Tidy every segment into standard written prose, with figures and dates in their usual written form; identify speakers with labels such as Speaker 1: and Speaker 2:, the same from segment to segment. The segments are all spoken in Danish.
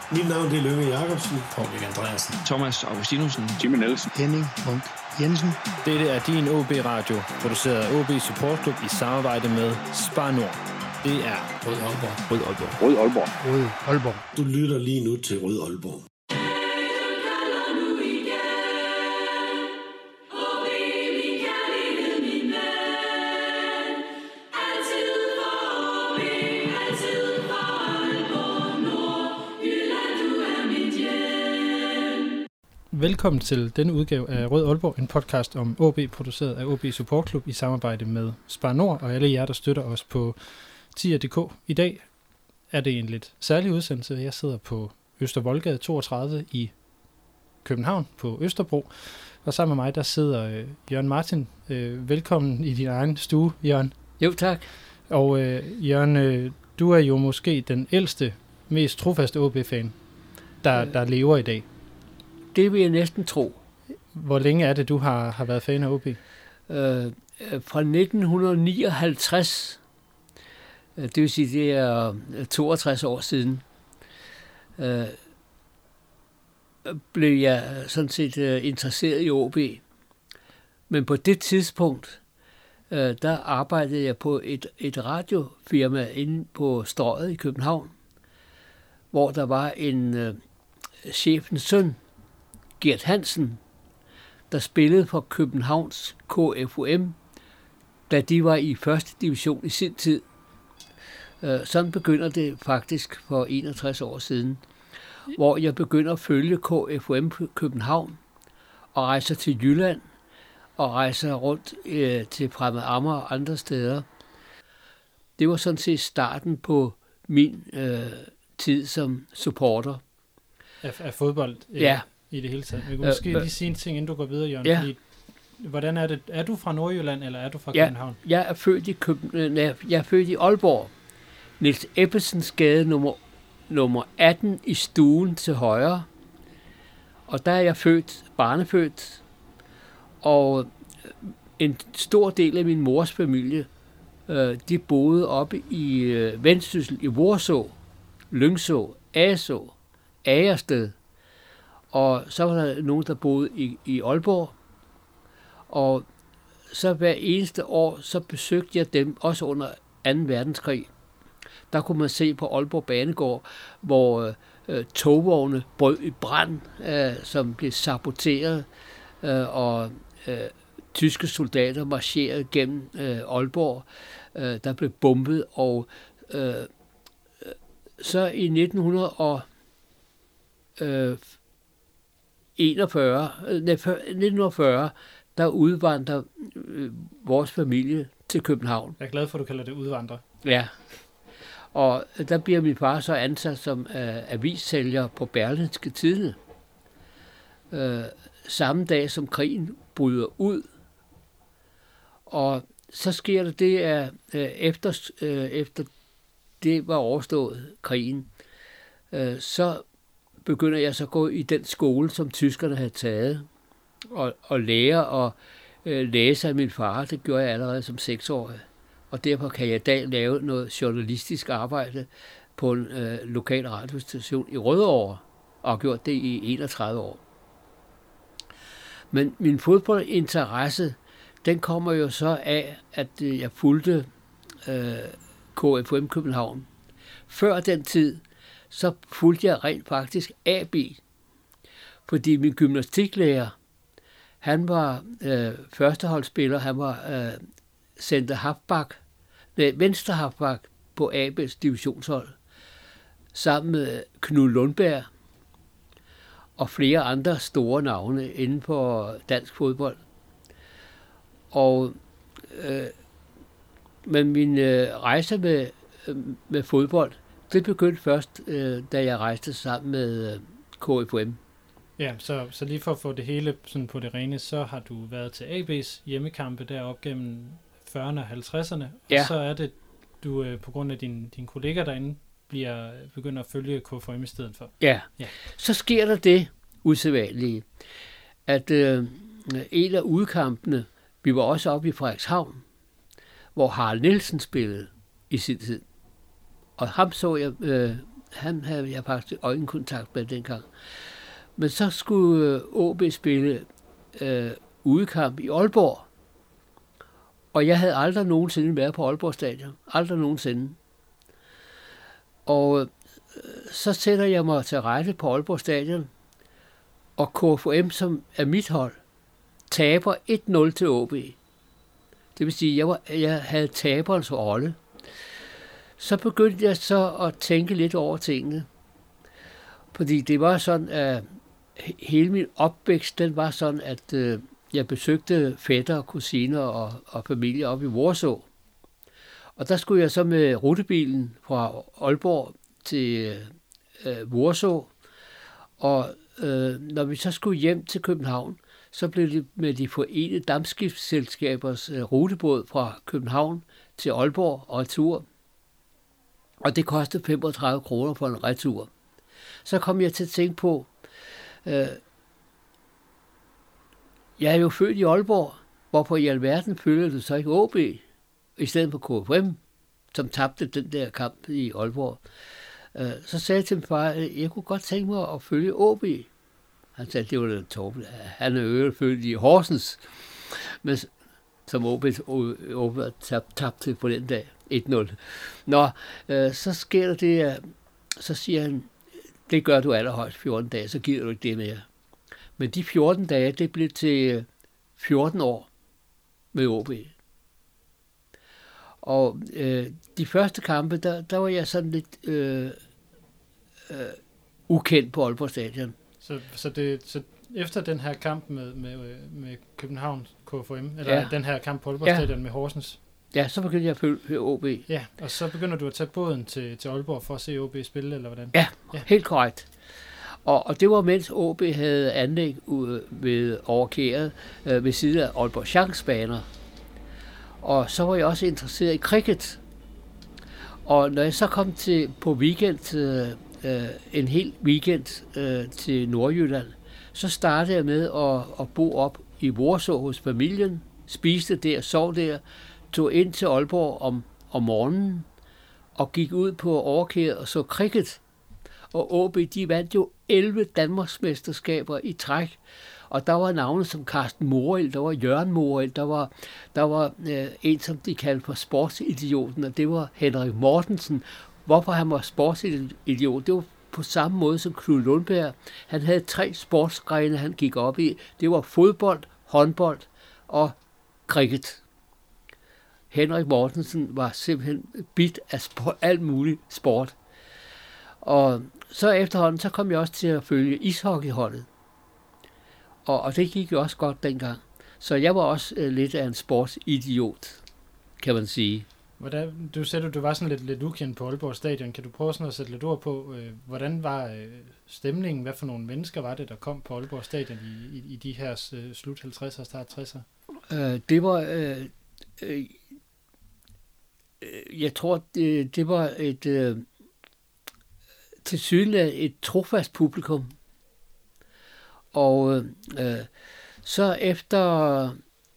Speaker 1: Mit navn er Løve Jacobsen.
Speaker 2: Paul Andreasen.
Speaker 3: Thomas Augustinusen.
Speaker 4: Jimmy Nielsen.
Speaker 5: Henning Munk Jensen.
Speaker 2: Dette er din OB Radio, produceret af OB Support Club i samarbejde med Spar Nord. Det er
Speaker 1: Rød Aalborg.
Speaker 3: Rød Aalborg.
Speaker 4: Rød Aalborg.
Speaker 5: Rød Aalborg.
Speaker 1: Du lytter lige nu til Rød Aalborg.
Speaker 6: Velkommen til denne udgave af Rød Aalborg, en podcast om OB, produceret af OB Support Club i samarbejde med Spar Nord og alle jer, der støtter os på tier.dk. I dag er det en lidt særlig udsendelse. Jeg sidder på Østervoldgade 32 i København på Østerbro, og sammen med mig, der sidder Jørgen Martin. Velkommen i din egen stue, Jørgen.
Speaker 7: Jo, tak.
Speaker 6: Og Jørgen, du er jo måske den ældste, mest trofaste OB-fan, der lever i dag.
Speaker 7: Det vil jeg næsten tro.
Speaker 6: Hvor længe er det, du har været fan af OB?
Speaker 7: Fra 1959, det vil sige, det er 62 år siden, blev jeg sådan set interesseret i OB. Men på det tidspunkt, der arbejdede jeg på et radiofirma inde på Strøget i København, hvor der var en chefens søn, Gert Hansen, der spillede for Københavns KFUM, da de var i første division i sin tid. Sådan begynder det faktisk for 61 år siden, hvor jeg begynder at følge KFUM København og rejser til Jylland og rejser rundt til Fremad Amager og andre steder. Det var sådan set starten på min tid som supporter.
Speaker 6: Af fodbold?
Speaker 7: Ja.
Speaker 6: I det hele taget. Vi kan måske lige sige en ting, inden du går videre, Jørgen.
Speaker 7: Ja.
Speaker 6: Fordi, hvordan er det? Er du fra Nordjylland, eller er du fra København?
Speaker 7: Jeg er født i Aalborg. Niels Ebbesens gade nummer 18 i stuen til højre. Og der er jeg barnefødt. Og en stor del af min mors familie, de boede oppe i Vendsyssel, i Vorså, Lyngså, Aså, Agersted. Og så var der nogen, der boede i Aalborg, og så hver eneste år, så besøgte jeg dem, også under 2. verdenskrig. Der kunne man se på Aalborg Banegård, hvor togvogne brød i brand, som blev saboteret, og tyske soldater marcherede gennem Aalborg, der blev bombet, og så i 1940, der udvandrer vores familie til København.
Speaker 6: Jeg er glad for, at du kalder det udvandre.
Speaker 7: Ja, og der bliver min far så ansat som avissælger på Berlingske Tidende. Samme dag som krigen bryder ud. Og så sker der det, at efter det var overstået, krigen, så begynder jeg så at gå i den skole, som tyskerne havde taget, og lære og læse af min far. Det gjorde jeg allerede som 6-årig. Og derfor kan jeg i dag lave noget journalistisk arbejde på en lokal radiostation i Rødovre, og har gjort det i 31 år. Men min fodboldinteresse, den kommer jo så af, at jeg fulgte KFUM København. Før den tid, så fulgte jeg rent faktisk AB, fordi min gymnastiklærer, han var førsteholdsspiller, han var venstre halfback på AB's divisionshold, sammen med Knud Lundberg og flere andre store navne inden for dansk fodbold. Og men min rejse med fodbold, det begyndte først, da jeg rejste sammen med KFUM.
Speaker 6: Ja, så lige for at få det hele sådan på det rene, så har du været til AB's hjemmekampe derop gennem 40'erne og 50'erne,
Speaker 7: ja.
Speaker 6: Og så er det, du på grund af din kollega derinde, begynder at følge KFUM i stedet for.
Speaker 7: Ja. Så sker der det usædvanlige, at en af udkampene, vi var også oppe i Frederikshavn, hvor Harald Nielsen spillede i sin tid. Og ham så jeg han havde jeg faktisk øjenkontakt med dengang. Men så skulle OB spille udekamp i Aalborg. Og jeg havde aldrig nogensinde været på Aalborg Stadion. Aldrig nogensinde. Og så sætter jeg mig til rette på Aalborg Stadion, og KFUM, som er mit hold, taber 1-0 til OB. Det vil sige, jeg havde taberens rolle. Så begyndte jeg så at tænke lidt over tingene. Fordi det var sådan, at hele min opvækst, den var sådan, at jeg besøgte fætter og kusiner og familie op i Vorså. Og der skulle jeg så med rutebilen fra Aalborg til Vorså. Og når vi så skulle hjem til København, så blev det med de forenede dampskibsselskabers rutebåd fra København til Aalborg og retur. Og det kostede 35 kroner for en retur. Så kom jeg til at tænke på, jeg er jo født i Aalborg, hvorfor i alverden følger du så ikke OB, i stedet for KFUM, som tabte den der kamp i Aalborg. Så sagde jeg til min far, at jeg kunne godt tænke mig at følge OB. Han sagde, at det var lidt tåbeligt. Han er jo født i Horsens, men som OB tabte på den dag, 1-0. Nå, så sker der det, så siger han, det gør du allerhøjst 14 dage, så giver du ikke det mere. Men de 14 dage, det blev til 14 år med OB. Og de første kampe, der var jeg sådan lidt ukendt på Aalborg Stadion.
Speaker 6: Så efter den her kamp med København KFUM, eller den her kamp på Aalborg Stadion med Horsens?
Speaker 7: Ja, så begyndte jeg at følge OB.
Speaker 6: Ja, og så begynder du at tage båden til Aalborg for at se OB spille, eller hvordan?
Speaker 7: Ja, helt korrekt. Og det var mens OB havde anlæg ved Overkæret ved siden af Aalborg Chancbaner. Og så var jeg også interesseret i cricket. Og når jeg så kom på weekend, en hel weekend til Nordjylland, så startede jeg med at bo op i Vorså hos familien, spiste der, sov der, tog ind til Aalborg om morgenen og gik ud på Overkæret og så cricket. Og OB, de vandt jo 11 Danmarksmesterskaber i træk. Og der var navne som Carsten Morild, der var Jørgen Morild, der var en, som de kaldte for sportsidioten, og det var Henrik Mortensen. Hvorfor han var sportsidiot? Det var på samme måde som Knud Lundberg. Han havde 3 sportsgrene, han gik op i. Det var fodbold, håndbold og cricket. Henrik Mortensen var simpelthen bit af alt muligt sport. Og så efterhånden, så kom jeg også til at følge ishockeyholdet. Og det gik jo også godt dengang. Så jeg var også lidt af en sportsidiot, kan man sige.
Speaker 6: Du sagde, du var sådan lidt ukendt på Aalborg Stadion. Kan du prøve sådan at sætte lidt ord på, hvordan var stemningen? Hvad for nogle mennesker var det, der kom på Aalborg Stadion i de her slut 50'er og start 60'er?
Speaker 7: Det var... jeg tror, det var tilsyneladende et trofast publikum. Og så efter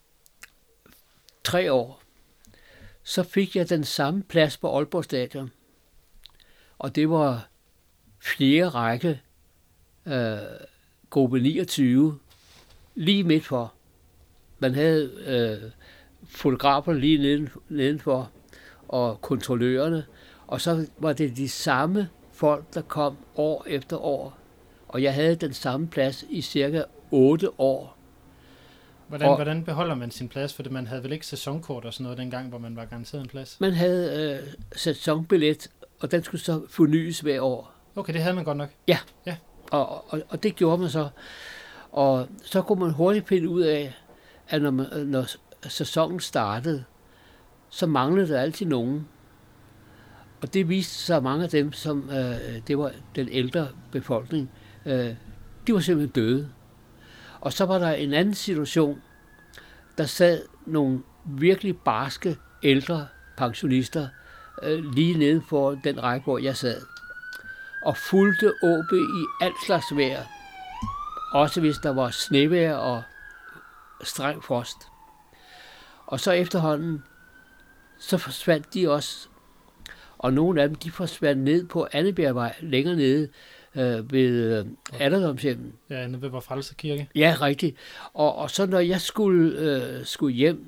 Speaker 7: 3 år, så fik jeg den samme plads på Aalborg Stadion. Og det var 4. række, gruppe 29, lige midt for. Man havde fotografer lige nedenfor, og kontrollørerne. Og så var det de samme folk, der kom år efter år. Og jeg havde den samme plads i cirka 8 år.
Speaker 6: Hvordan beholder man sin plads? For man havde vel ikke sæsonkort og sådan noget dengang, hvor man var garanteret en plads?
Speaker 7: Man havde sæsonbillet, og den skulle så fornyes hver år.
Speaker 6: Okay, det havde man godt nok?
Speaker 7: Ja. Og det gjorde man så. Og så kunne man hurtigt finde ud af, at når sæsonen startede, så manglede der altid nogen. Og det viste sig mange af dem, som det var den ældre befolkning, de var simpelthen døde. Og så var der en anden situation, der sad nogle virkelig barske ældre pensionister lige nede for den række, hvor jeg sad, og fulgte OB i alt slags vejr, også hvis der var snevejr og streng frost. Og så efterhånden, så forsvandt de også. Og nogle af dem, de forsvandt ned på Annebjergvej, længere nede ved alderdomshjemmen.
Speaker 6: Ja, nede ved Vor Frelser Kirke.
Speaker 7: Ja, rigtigt. Og så når jeg skulle hjem,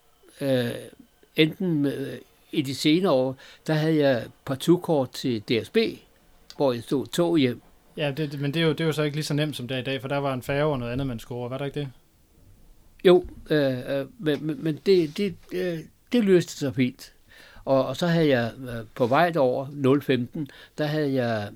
Speaker 7: enten i de senere år, der havde jeg partukort til DSB, hvor jeg stod tog hjem.
Speaker 6: Ja, men det er jo så ikke lige så nemt som det er i dag, for der var en færge og noget andet, man skulle over. Var der ikke det?
Speaker 7: Jo, men det løste sig fint. Og så havde jeg på vej derover, 015, der havde jeg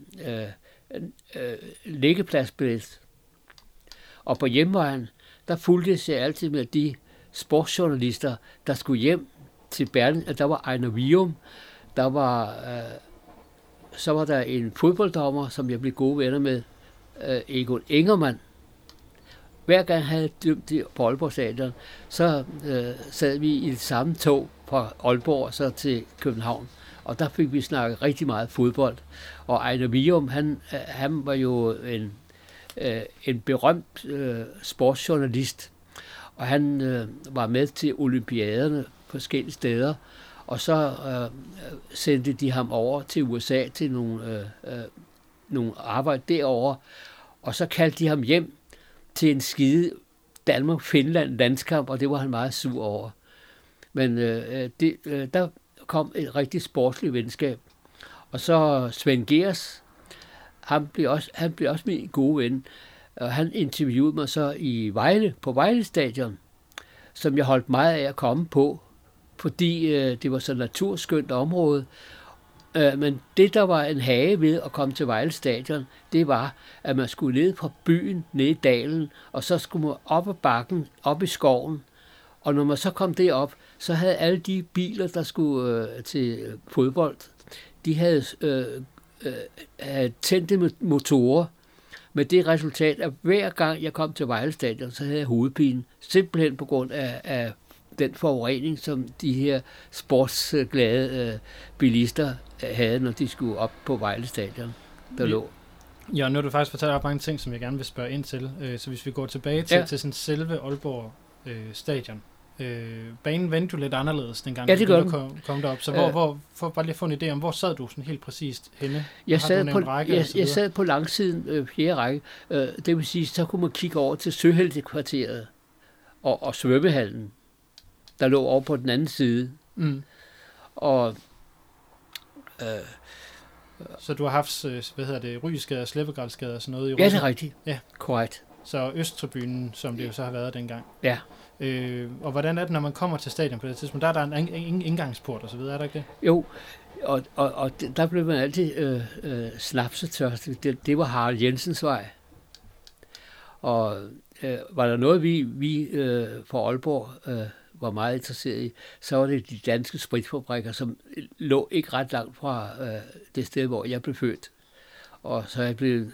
Speaker 7: liggepladsbillet. Og på hjemvejen, der fulgte jeg altid med de sportsjournalister, der skulle hjem til Berlin. Der var Ejner Vium, der var... Så var der en fodbolddommer, som jeg blev gode venner med, Egon Ingermann. Hver gang jeg havde dømt det på Aalborg Stadion, så sad vi i det samme tog fra Aalborg så til København. Og der fik vi snakket rigtig meget fodbold. Og Ejner Vium, han var jo en berømt sportsjournalist. Og han var med til olympiaderne forskellige steder. Og så sendte de ham over til USA til nogle arbejde derovre. Og så kaldte de ham hjem til en skide Danmark-Finland landskamp, og det var han meget sur over. Men der kom et rigtig sportsligt venskab. Og så Svend Gers, han blev også min gode ven. Og han interviewede mig så i Vejle, på Vejle Stadion, som jeg holdt meget af at komme på, fordi det var så et naturskønt område. Men det, der var en hage ved at komme til Vejle Stadion, det var, at man skulle ned fra byen, ned i dalen, og så skulle man op ad bakken, op i skoven. Og når man så kom derop, så havde alle de biler, der skulle til fodbold, de havde tændte motorer, med det resultat, at hver gang jeg kom til Vejle Stadion, så havde jeg hovedpine, simpelthen på grund af den forurening, som de her sportsglade bilister havde, når de skulle op på Vejle Stadion, der lå.
Speaker 6: Ja, nu har du faktisk fortalt op mange ting, som jeg gerne vil spørge ind til. Så hvis vi går tilbage til sådan selve Aalborg stadion. Banen vendte jo lidt anderledes dengang, du kom derop. Så for bare lige at få en idé om, hvor sad du sådan helt præcist henne?
Speaker 7: Jeg sad på langsiden, fjerde række. Det vil sige, så kunne man kigge over til Søheltekvarteret og svømmehallen, der lå over på den anden side. Mm. Og
Speaker 6: så du har haft, Ryesgade og Sleppegralsgade og sådan noget i
Speaker 7: Rødsen? Ja, det er rigtigt.
Speaker 6: Ja.
Speaker 7: Korrekt.
Speaker 6: Så Østtribunen, som det jo så har været dengang.
Speaker 7: Ja.
Speaker 6: Og hvordan er det, når man kommer til stadion på det tidspunkt? Der er der en indgangsport og så videre, er der ikke det?
Speaker 7: Jo, og der blev man altid snapsetørst. Det var Harald Jensens vej. Og var der noget, vi fra Aalborg var meget interesseret i, så var det de danske spritfabrikker, som lå ikke ret langt fra det sted, hvor jeg blev født. Og så er jeg blevet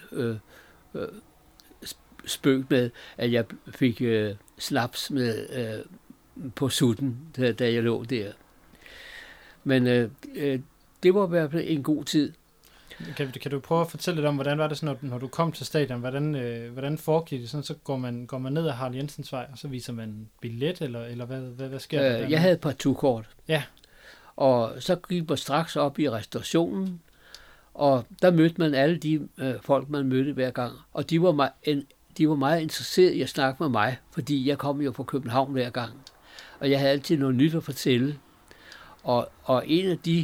Speaker 7: spøgt med, at jeg fik snaps med på sutten, da jeg lå der. Men det var i hvert fald en god tid.
Speaker 6: Kan du prøve at fortælle lidt om, hvordan var det sådan, når du kom til stadion? Hvordan foregik det? Sådan, så går man ned ad Harald Jensens vej, og så viser man billet, eller hvad sker der?
Speaker 7: Jeg havde et partukort.
Speaker 6: Ja.
Speaker 7: Og så gik man straks op i restaurationen, og der mødte man alle de folk, man mødte hver gang. Og de var meget interesserede i at snakke med mig, fordi jeg kom jo fra København hver gang. Og jeg havde altid noget nyt at fortælle. Og en af de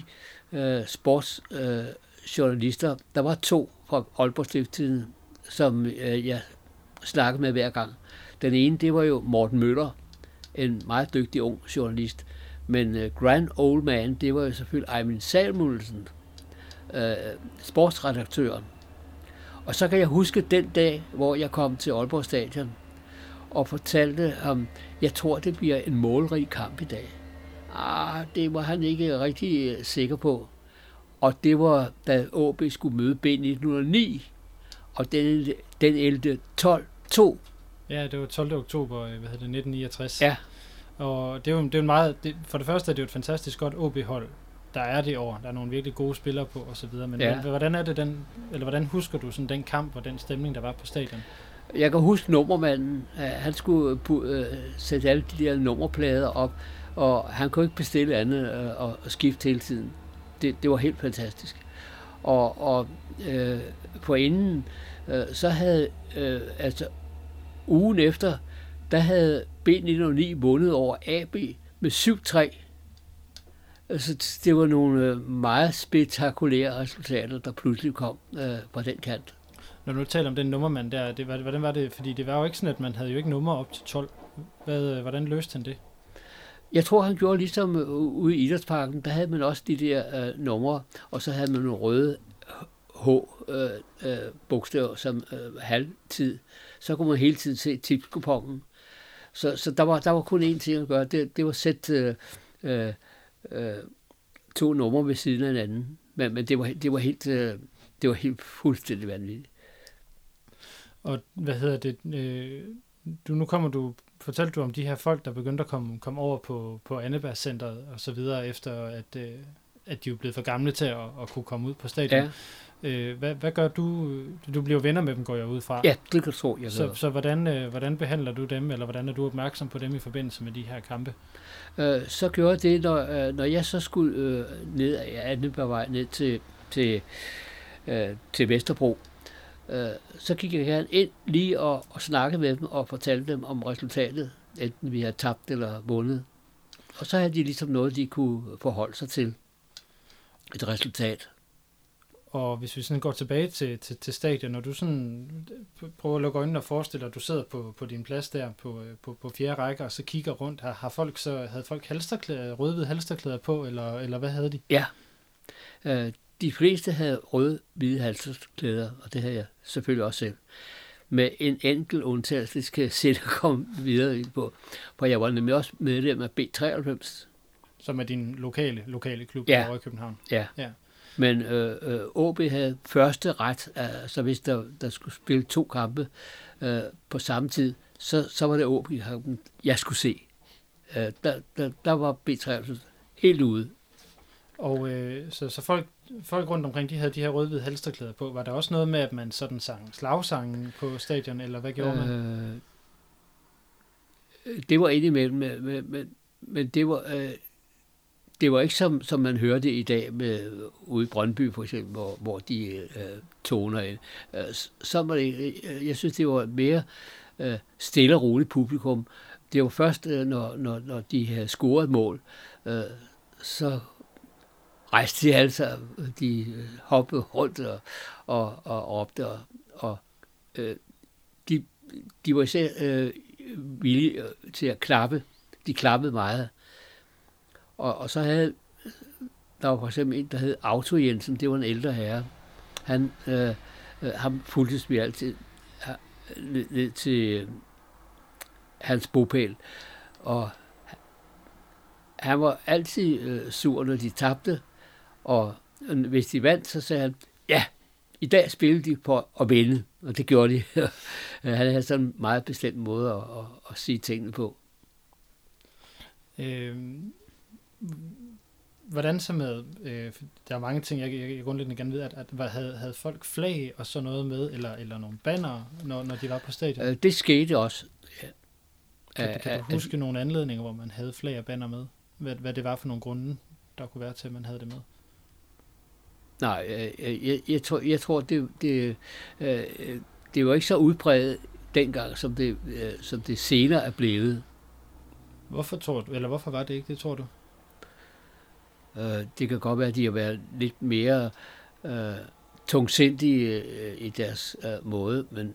Speaker 7: sportsjournalister, der var 2 fra Aalborg Stiftstidende, som jeg snakkede med hver gang. Den ene, det var jo Morten Møller, en meget dygtig ung journalist. Men grand old man, det var jo selvfølgelig Eivind Samuelsen, sportsredaktøren. Og så kan jeg huske den dag, hvor jeg kom til Aalborg Stadion og fortalte ham, jeg tror, det bliver en målrig kamp i dag. Det var han ikke rigtig sikker på. Og det var, da AB skulle møde B1909, og den endte 12-2.
Speaker 6: Ja, det var 12. oktober 1969.
Speaker 7: Ja.
Speaker 6: Og det er jo en meget, for det første er det jo et fantastisk godt AB-hold, der er det år. Der er nogle virkelig gode spillere på og så videre. Men hvordan er det hvordan husker du sådan den kamp og den stemning, der var på stadion?
Speaker 7: Jeg kan huske nummermanden. Han skulle sætte alle de der nummerplader op, og han kunne ikke bestille andet og skifte hele tiden. det var helt fantastisk. Og forinden, så havde, altså ugen efter, der havde B909 vundet over AB med 7-3. Altså, det var nogle meget spektakulære resultater, der pludselig kom fra den kant.
Speaker 6: Når du taler om den nummermand der, hvordan var det? Fordi det var jo ikke sådan, at man havde jo ikke nummer op til 12. Hvordan løste han det?
Speaker 7: Jeg tror, han gjorde ligesom ude i Idrætsparken, der havde man også de der numre, og så havde man nogle røde H-bogstaver som halvtid. Så kunne man hele tiden se tipskupongen. Så der var kun én ting at gøre. Det var at sætte 2 numre ved siden af hinanden. Men det var helt fuldstændig vanvittigt.
Speaker 6: Og hvad hedder det? Fortalte du om de her folk, der begyndte at komme over på Anneberg-centret og så videre, efter at de er blevet for gamle til at kunne komme ud på stadion.
Speaker 7: Ja.
Speaker 6: Hvad gør du? Du bliver venner med dem, går jeg ud fra.
Speaker 7: Ja, det kan du tro, jeg gør.
Speaker 6: Så hvordan behandler du dem, eller hvordan er du opmærksom på dem i forbindelse med de her kampe?
Speaker 7: Så gjorde jeg det, når jeg så skulle ned af Annebergvej ned til Vesterbro. Så gik jeg gerne ind lige og snakkede med dem og fortalte dem om resultatet, enten vi havde tabt eller vundet. Og så havde de ligesom noget, de kunne forholde sig til. Et resultat.
Speaker 6: Og hvis vi sådan går tilbage til stadion, når du sådan prøver at lukke øjnene og forestiller, at du sidder på din plads der på fjerde række, og så kigger rundt, havde folk rød-hvide halsterklæder på, eller hvad havde de?
Speaker 7: Ja, de fleste havde rød-hvide halsterklæder, og det havde jeg selvfølgelig også selv. Med en enkelt undtagelse, det skal jeg selv komme videre ind på, for jeg var nemlig også medlem af B93.
Speaker 6: Som er din lokale klub i København?
Speaker 7: Ja. Men AB havde første ret, så hvis der skulle spille 2 kampe på samme tid, så var det AB, jeg skulle se. Der var B93 helt ude.
Speaker 6: Og så folk rundt omkring, de havde de her rød-hvide halsterklæder på. Var der også noget med, at man sådan sang slagsangen på stadion, eller hvad gjorde man?
Speaker 7: Det var indimellem, men det var ikke som man hørte i dag ude i Brøndby for eksempel, hvor de toner ind. Så var det, jeg synes, det var mere stille og roligt publikum. Det var først, når de havde scoret et mål, så rejste de altså, de hoppede rundt og råbte, og de var især villige til at klappe. De klappede meget. Og så havde der var for eksempel en, der hed Auto Jensen, det var en ældre herre. Han fulgtes vi altid ned til hans bopæl, og han var altid sur, når de tabte, og hvis de vandt, så sagde han, ja, i dag spillede de på at vinde, og det gjorde de. Han havde sådan en meget bestemt måde at sige tingene på.
Speaker 6: Hvordan så med, der er mange ting, jeg grundlæggende gerne ved, at havde folk flag og sådan noget med, eller nogle banner, når de var på stadion?
Speaker 7: Det skete også.
Speaker 6: Kan du huske nogle anledninger, hvor man havde flag og banner med? Hvad det var for nogle grunde, der kunne være til, at man havde det med?
Speaker 7: Nej, jeg tror det var ikke så udbredt dengang, som det senere er blevet.
Speaker 6: Hvorfor var det ikke det, tror du?
Speaker 7: Det kan godt være, at de har været lidt mere tungsindige i deres måde, men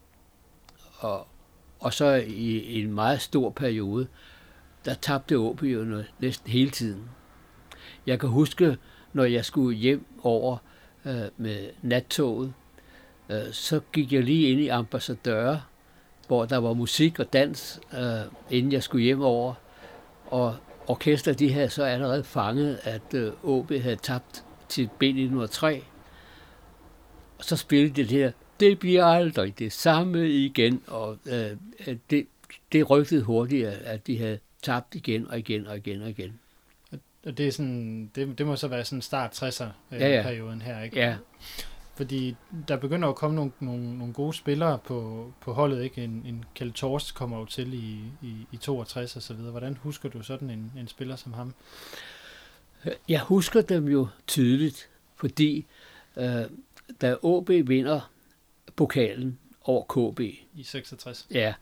Speaker 7: og så i en meget stor periode, der tabte AB jo næsten hele tiden. Jeg kan huske, når jeg skulle hjem over med nattoget, så gik jeg lige ind i Ambassadør, hvor der var musik og dans, inden jeg skulle hjem over, og orkester, de havde så allerede fanget, at AB havde tabt til B903. Og så spillede det her, det bliver aldrig det samme igen, og det rygtede hurtigt, at de havde tabt igen og igen og igen og igen.
Speaker 6: Og det er sådan, det må så være sådan start 60'er perioden her, ikke?
Speaker 7: Ja.
Speaker 6: Fordi der begynder at komme nogle gode spillere på holdet, ikke? En Kjeld Torst kommer jo til i 62 og så videre. Hvordan husker du sådan en spiller som ham?
Speaker 7: Jeg husker dem jo tydeligt, fordi da OB vinder pokalen over KB,
Speaker 6: I 66.
Speaker 7: ja,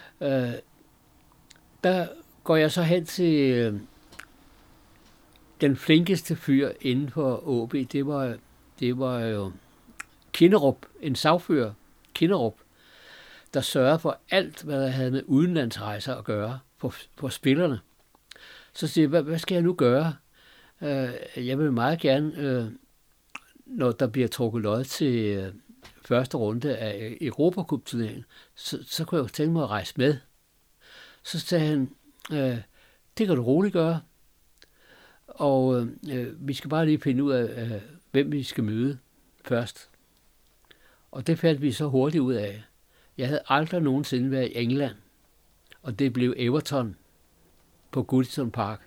Speaker 7: der går jeg så hen til den flinkeste fyr inden for OB. Det var jo Kinderup, en sagfører, Kinderup, der sørgede for alt, hvad der havde med udenlandsrejser at gøre for spillerne. Så siger jeg, hvad skal jeg nu gøre? Jeg vil meget gerne, når der bliver trukket lod til første runde af Europacup-turneringen, så kunne jeg jo tænke mig at rejse med. Så sagde han, det kan du roligt gøre, og vi skal bare lige finde ud af, hvem vi skal møde først. Og det fandt vi så hurtigt ud af. Jeg havde aldrig nogensinde været i England, og det blev Everton på Goodison Park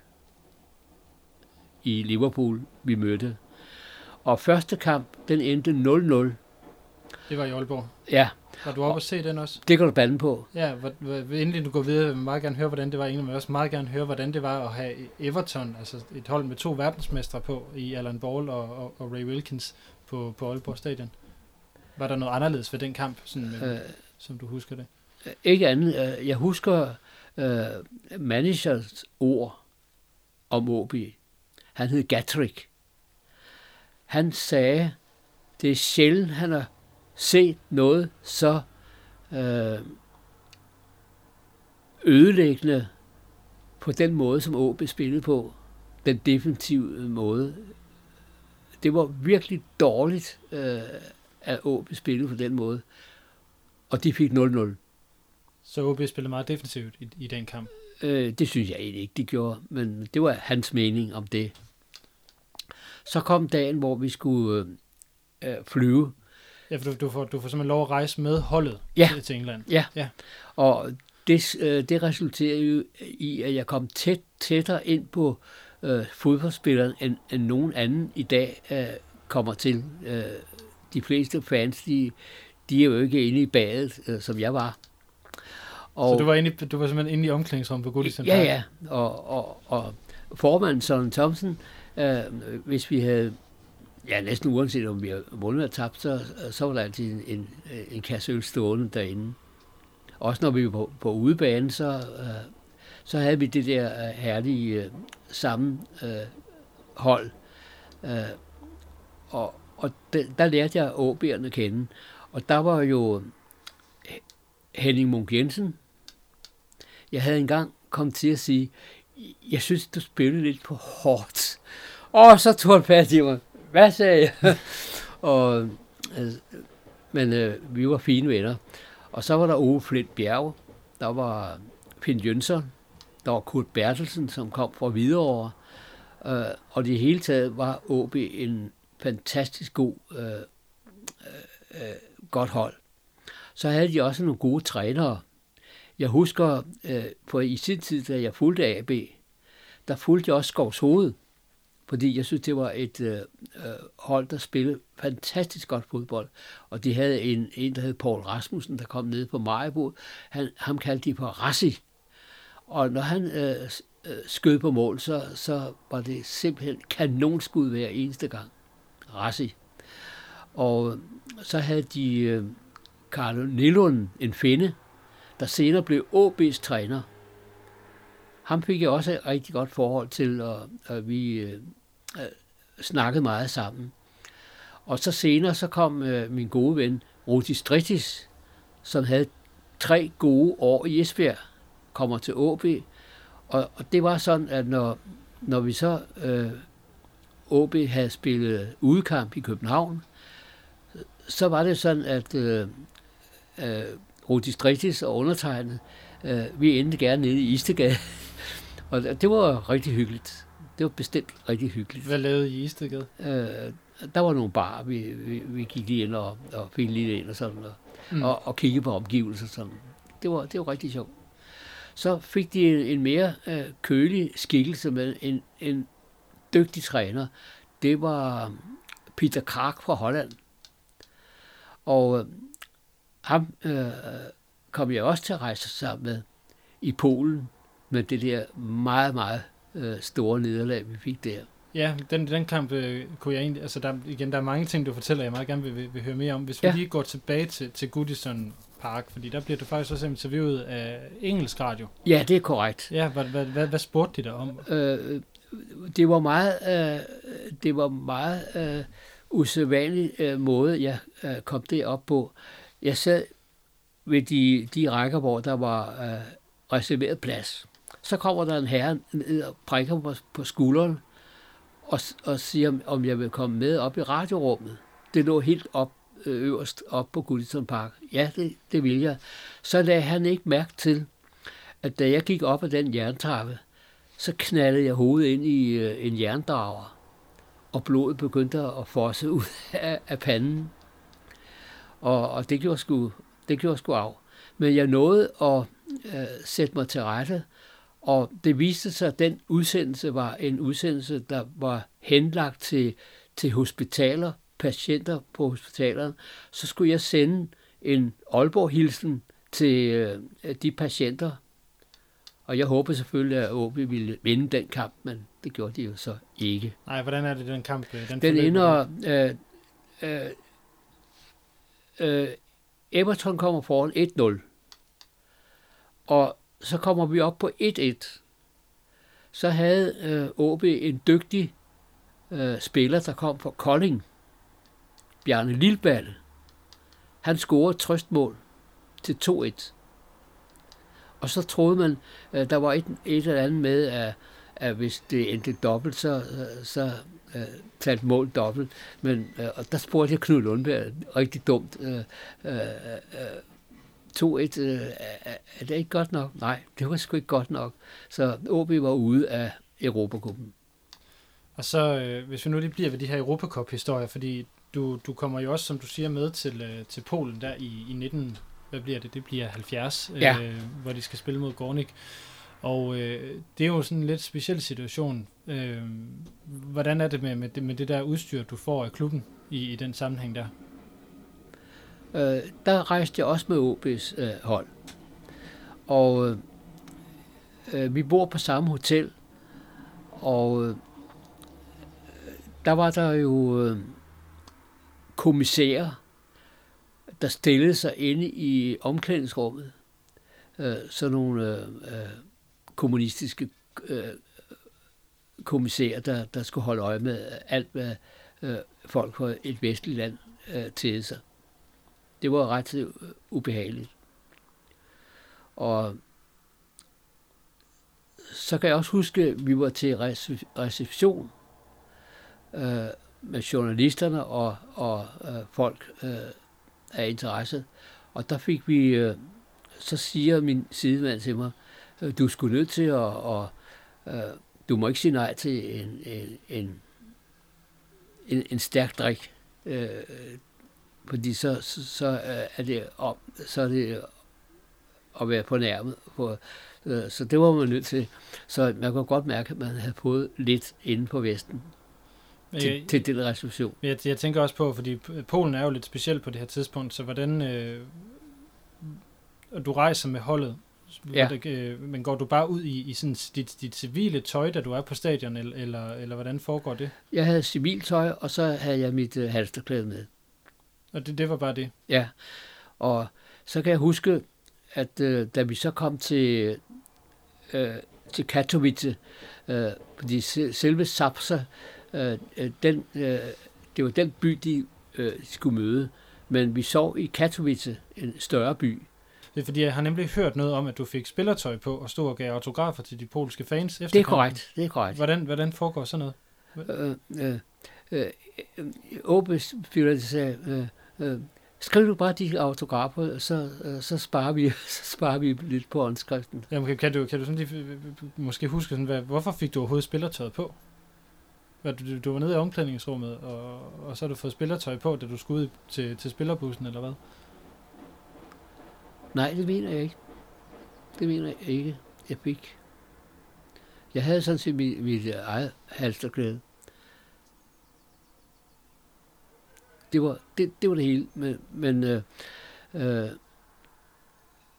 Speaker 7: i Liverpool, vi mødte. Og første kamp, den endte 0-0.
Speaker 6: Det var i Aalborg.
Speaker 7: Ja.
Speaker 6: Var du oppe og se den også?
Speaker 7: Det kan du bande på.
Speaker 6: Ja, inden du går videre, vil jeg meget gerne høre, hvordan det var. Egentlig, men jeg også meget gerne høre, hvordan det var at have Everton, altså et hold med 2 verdensmestre på, i Alan Ball og Ray Wilkins på Aalborg Stadion. Var der noget anderledes ved den kamp, sådan, som du husker det?
Speaker 7: Ikke andet. Jeg husker managers ord om OB. Han hed Gatrick. Han sagde, det er sjældent, han har set noget så ødelæggende på den måde, som OB spillede på. Den defensive måde. Det var virkelig dårligt, at OB spillede på den måde. Og de fik 0-0.
Speaker 6: Så OB spillede meget defensivt i den kamp?
Speaker 7: Det synes jeg egentlig ikke, de gjorde, men det var hans mening om det. Så kom dagen, hvor vi skulle flyve.
Speaker 6: Ja, for du får simpelthen lov at rejse med holdet til England.
Speaker 7: Ja. Og det resulterede jo i, at jeg kom tættere ind på fodboldspilleren, end nogen anden i dag kommer til. De fleste fans, de er jo ikke inde i badet, som jeg var. Og
Speaker 6: så du var simpelthen inde i omklædningsrummet på Goodison Park?
Speaker 7: Ja. Og formanden Søren Thomsen, hvis vi havde, næsten uanset om vi havde vundet og tabt, så var der altid en kasse øl stående derinde. Også når vi var på udebane, så havde vi det der herlige sammenhold. Og der lærte jeg AaB'erne kende. Og der var jo Henning Munk Jensen. Jeg havde engang kommet til at sige, jeg synes, du spillede lidt for hårdt. Og så tog han fat i mig. Hvad sagde jeg? Men vi var fine venner. Og så var der Ove Flint Bjerge. Der var Finn Jønsson. Der var Kurt Bertelsen, som kom fra Hvidovre. Og det hele taget var AaB en fantastisk godt hold. Så havde de også nogle gode trænere. Jeg husker, for i sin tid, da jeg fulgte AB, der fulgte jeg også Skovshoved, fordi jeg synes, det var et hold, der spillede fantastisk godt fodbold. Og de havde en der hed Poul Rasmussen, der kom ned på Maribo. Ham kaldte de for Rassi. Og når han skød på mål, så var det simpelthen kanonskud hver eneste gang. Rassi. Og så havde de Carlo Nilund, en finne, der senere blev AaB's træner. Ham fik jeg også et rigtig godt forhold til, og vi snakkede meget sammen. Og så senere så kom min gode ven Rudi Strittis, som havde 3 gode år i Esbjerg, kommer til AaB. Og det var sådan, at når vi så AaB havde spillet udekamp i København, så var det sådan, at Rudi Strittis og undertegnet, vi endte gerne nede i Istegade. Og det var rigtig hyggeligt. Det var bestemt rigtig hyggeligt.
Speaker 6: Hvad lavede I Istegade?
Speaker 7: Der var nogle barer, vi gik lige ind og fik lige ind og sådan, og kiggede på omgivelser. Sådan. Det var rigtig sjovt. Så fik de en mere kølig skikkelse med en dygtig træner. Det var Peter Krag fra Holland. Og ham kom jeg også til at rejse sammen med i Polen, med det der meget, meget store nederlag, vi fik der
Speaker 6: Ja, den kamp kunne jeg egentlig... Altså, der er mange ting, du fortæller, jeg meget gerne vil høre mere om. Hvis vi lige går tilbage til Goodison Park, fordi der bliver du faktisk også interviewet af engelsk radio.
Speaker 7: Ja, det er korrekt.
Speaker 6: Ja, hvad spurgte de der om?
Speaker 7: Det var meget usædvanlig måde, jeg kom derop på. Jeg sad ved de rækker, hvor der var reserveret plads. Så kommer der en herre ned og prikker mig på skulderen og siger, om jeg vil komme med op i radiorummet. Det lå helt øverst op på Goodison Park. Ja, det vil jeg. Så lagde han ikke mærke til, at da jeg gik op ad den jerntrappe, så knaldede jeg hovedet ind i en jerndrager, og blodet begyndte at fosse ud af panden. Og det gjorde sgu af. Men jeg nåede at sætte mig til rette, og det viste sig, at den udsendelse var en udsendelse, der var henlagt til hospitaler, patienter på hospitalerne. Så skulle jeg sende en Aalborg-hilsen til de patienter. Og jeg håber selvfølgelig, at OB ville vinde den kamp, men det gjorde de jo så ikke.
Speaker 6: Nej, hvordan er det, den kamp?
Speaker 7: Den ender... Everton kommer foran 1-0. Og så kommer vi op på 1-1. Så havde OB en dygtig spiller, der kom fra Kolding. Bjarne Lilballe. Han scorede trøstmål til 2-1. Og så troede man, der var et eller andet med, at hvis det endte dobbelt, så talte mål dobbelt. Men og der spurgte jeg Knud Lundberg, rigtig dumt, 2-1, er det ikke godt nok? Nej, det var sgu ikke godt nok. Så OB var ude af Europacupen.
Speaker 6: Og så, hvis vi nu lige bliver ved de her Europacup-historier, fordi du kommer jo også, som du siger, med til Polen der i 19... Hvad bliver det? Det bliver 70, hvor de skal spille mod Gornik. Og det er jo sådan en lidt speciel situation. Hvordan er det med det der udstyr, du får af klubben i den sammenhæng der?
Speaker 7: Der rejste jeg også med OB's hold. Og vi bor på samme hotel. Og der var der jo kommissærer, der stillede sig inde i omklædningsrummet. Sådan nogle kommunistiske kommissærer, der skulle holde øje med alt, hvad folk fra et vestligt land tædede sig. Det var ret ubehageligt. Og så kan jeg også huske, at vi var til reception med journalisterne og folk af interesse. Og der fik vi, så siger min sidemand til mig, du skulle nødt til at du må ikke sige nej til en stærk drik, fordi så er det at være på nærmet. Så det var man nødt til. Så man kunne godt mærke, at man havde fået lidt inde på Vesten til den reception.
Speaker 6: Jeg tænker også på, fordi Polen er jo lidt speciel på det her tidspunkt, så hvordan du rejser med holdet, men går du bare ud i sådan dit civile tøj, da du er på stadion, eller hvordan foregår det?
Speaker 7: Jeg havde civilt tøj, og så havde jeg mit halsterklæde med.
Speaker 6: Og det var bare det?
Speaker 7: Ja, og så kan jeg huske, at da vi så kom til Katowice, fordi selve Zabrze, det var den by, de skulle møde, men vi sov i Katowice, en større by.
Speaker 6: Det er fordi, jeg har nemlig hørt noget om, at du fik spillertøj på og stod og gav autografer til de polske fans efter kampen.
Speaker 7: Det er korrekt.
Speaker 6: Hvordan foregår sådan noget?
Speaker 7: OB-spillerne sagde, skriv du bare de autografer, så sparer vi lidt på åndskriften.
Speaker 6: Jamen, kan du sådan lige måske huske, sådan, hvorfor fik du overhovedet spillertøjet på? Du var nede i omklædningsrummet, og så har du fået spillertøj på, da du skulle ud til spillerbussen, eller hvad?
Speaker 7: Nej, det mener jeg ikke. Jeg havde sådan set mit eget halsterklæde. Det var det hele, men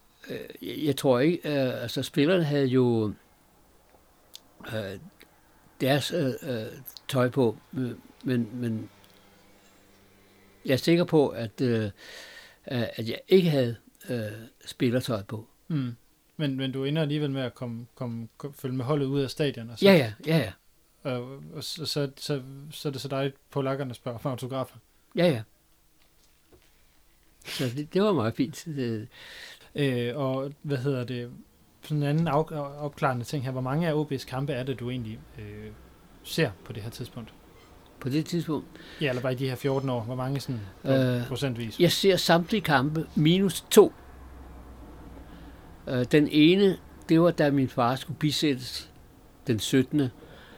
Speaker 7: jeg tror ikke, altså spillerne havde jo deres tøj på, men jeg er sikker på, at jeg ikke havde spillertøj på.
Speaker 6: Mm. Men du ender alligevel med at følge med holdet ud af stadion? Og så,
Speaker 7: Ja.
Speaker 6: Og så er det så dig på lakkerne spørger for autografer?
Speaker 7: Ja. Så det var meget fint.
Speaker 6: Og hvad hedder det? Sådan en anden opklarende ting her. Hvor mange af OB's kampe er det, du egentlig ser på det her tidspunkt?
Speaker 7: På det tidspunkt?
Speaker 6: Ja, eller bare i de her 14 år. Hvor mange sådan procentvis?
Speaker 7: Jeg ser samtlige kampe -2. Den ene, det var da min far skulle bisættes den 17.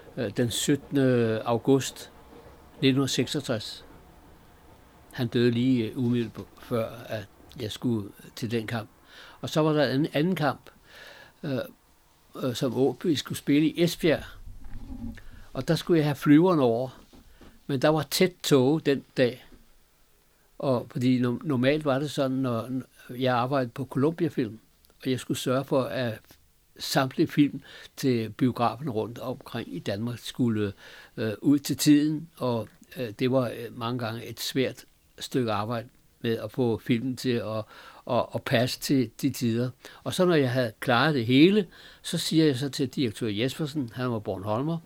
Speaker 7: august 1966. Han døde lige umiddelbart før, at jeg skulle til den kamp. Og så var der en anden kamp, som OB skulle spille i Esbjerg. Og der skulle jeg have flyveren over. Men der var tæt tog den dag. Og fordi normalt var det sådan, når jeg arbejdede på Columbia Film, og jeg skulle sørge for, at samtlige film til biografen rundt omkring i Danmark skulle ud til tiden, og det var mange gange et svært stykke arbejde med at få filmen til at passe til de tider. Og så når jeg havde klaret det hele, så siger jeg så til direktør Jespersen, han var Bornholmer,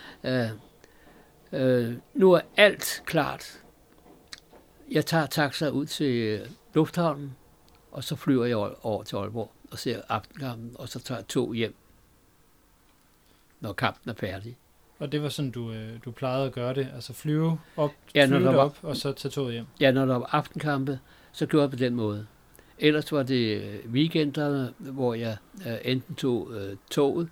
Speaker 7: nu er alt klart. Jeg tager taxa ud til lufthavnen, og så flyver jeg over til Aalborg og ser aftenkampen, og så tager jeg tog hjem, når kampen er færdig.
Speaker 6: Og det var sådan, du plejede at gøre det? Altså flyve op, og så tage toget hjem? Ja,
Speaker 7: når der var aftenkampe, så gjorde jeg på den måde. Ellers var det weekenderne, hvor jeg enten tog toget.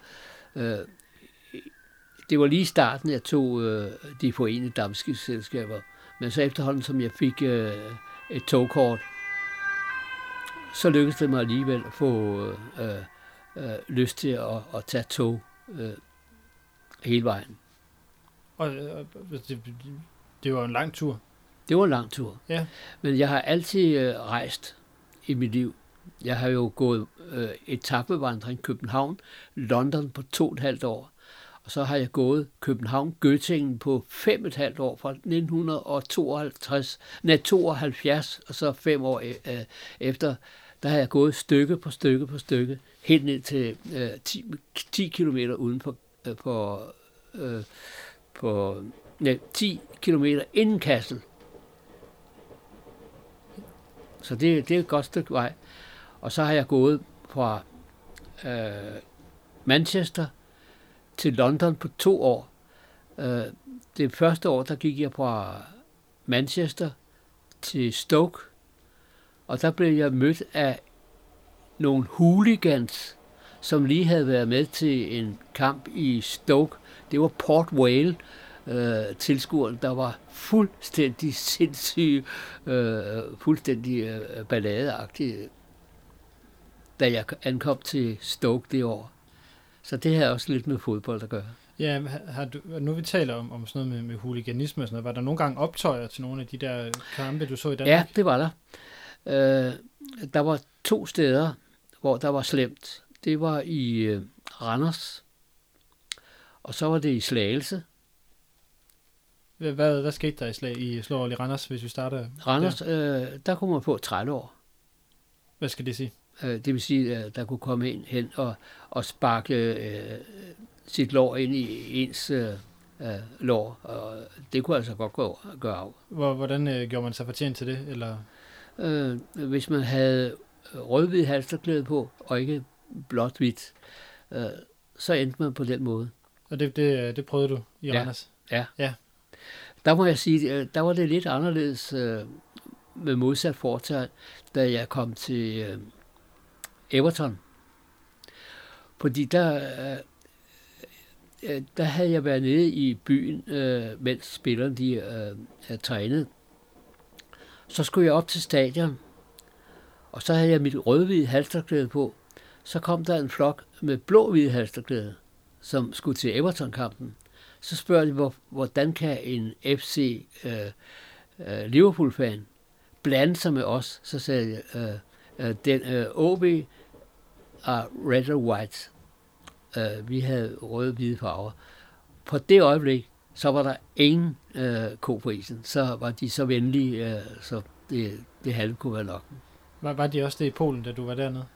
Speaker 7: Det var lige starten, jeg tog de forenede dampskibsselskaber. Men så efterhånden, som jeg fik et togkort, så lykkedes det mig alligevel at få lyst til at tage tog hele vejen.
Speaker 6: Og det var en lang tur?
Speaker 7: Det var en lang tur.
Speaker 6: Ja.
Speaker 7: Men jeg har altid rejst i mit liv. Jeg har jo gået etapevandring København, London på 2,5 år. Og så har jeg gået København-Göttingen på 5,5 år, fra 1972, og så 5 år efter, der har jeg gået stykke på stykke, helt ned til 10 kilometer uden på 10 kilometer inden Kassel. Så det er et godt stykke vej. Og så har jeg gået fra Manchester til London på 2 år. Det første år, der gik jeg fra Manchester til Stoke, og der blev jeg mødt af nogle hooligans, som lige havde været med til en kamp i Stoke. Det var Port Vale tilskuerne, der var fuldstændig sindssyge, fuldstændig balladeagtige, da jeg ankom til Stoke det år. Så det har også lidt med fodbold at gøre.
Speaker 6: Ja, nu vi taler om sådan noget med huliganisme og sådan noget, var der nogle gange optøjer til nogle af de der kampe, du så i Danmark?
Speaker 7: Ja, det var der. Der var 2 steder, hvor der var slemt. Det var i Randers, og så var det i Slagelse.
Speaker 6: Hvad skete der i Slagelse i Randers, hvis vi starter?
Speaker 7: Randers, der kunne man få 30 år.
Speaker 6: Hvad skal det sige?
Speaker 7: Det vil sige, at der kunne komme en hen og sparke sit lår ind i ens lår, og det kunne altså godt gøre af.
Speaker 6: Hvordan gjorde man sig fortjent til det? Eller?
Speaker 7: Hvis man havde rød-hvid halsterklæde på, og ikke blåt-hvidt, så endte man på den måde.
Speaker 6: Og det prøvede du i Randers?
Speaker 7: Ja. Der må jeg sige, der var det lidt anderledes med modsat fortegn, da jeg kom til Everton. Fordi der havde jeg været nede i byen, mens spillerne de trænede. Så skulle jeg op til stadion, og så havde jeg mit rød-hvide halsterklæde på. Så kom der en flok med blå-hvide halsterklæde, som skulle til Everton-kampen. Så spørger de, hvordan kan en FC Liverpool-fan blande sig med os? Så sagde jeg, den OB er red or white. Vi havde røde-hvide farver. på det øjeblik, så var der ingen ko på isen. Så var de så venlige, så det halve kunne være nok.
Speaker 6: Var de også det i Polen, da du var dernede?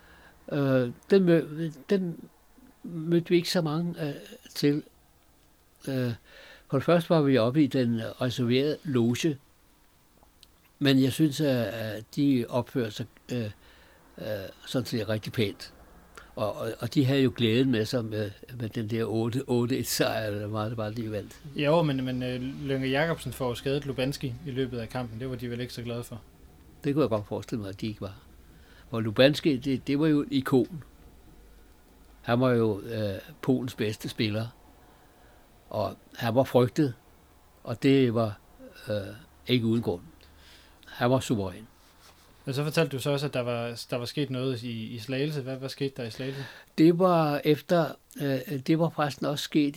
Speaker 7: Den mødte vi ikke så mange til. For det første var vi oppe i den reserverede loge, men jeg synes, at de opførte sig sådan set rigtig pænt. Og de havde jo glæden med sig med den der 8-1 sejr, eller hvor meget det var, de vandt.
Speaker 6: Jo, men Lynge Jacobsen får skadet Lubanski i løbet af kampen. Det var de vel ikke så glade for?
Speaker 7: Det kunne jeg godt forestille mig, at de ikke var. Og Lubanski, det var jo et ikon. Han var jo Polens bedste spiller. Og han var frygtet, og det var ikke uden grund. Han var suveræn.
Speaker 6: Og så fortalte du så også, at der var sket noget i Slagelse. Hvad skete der i Slagelse?
Speaker 7: Det var forresten også sket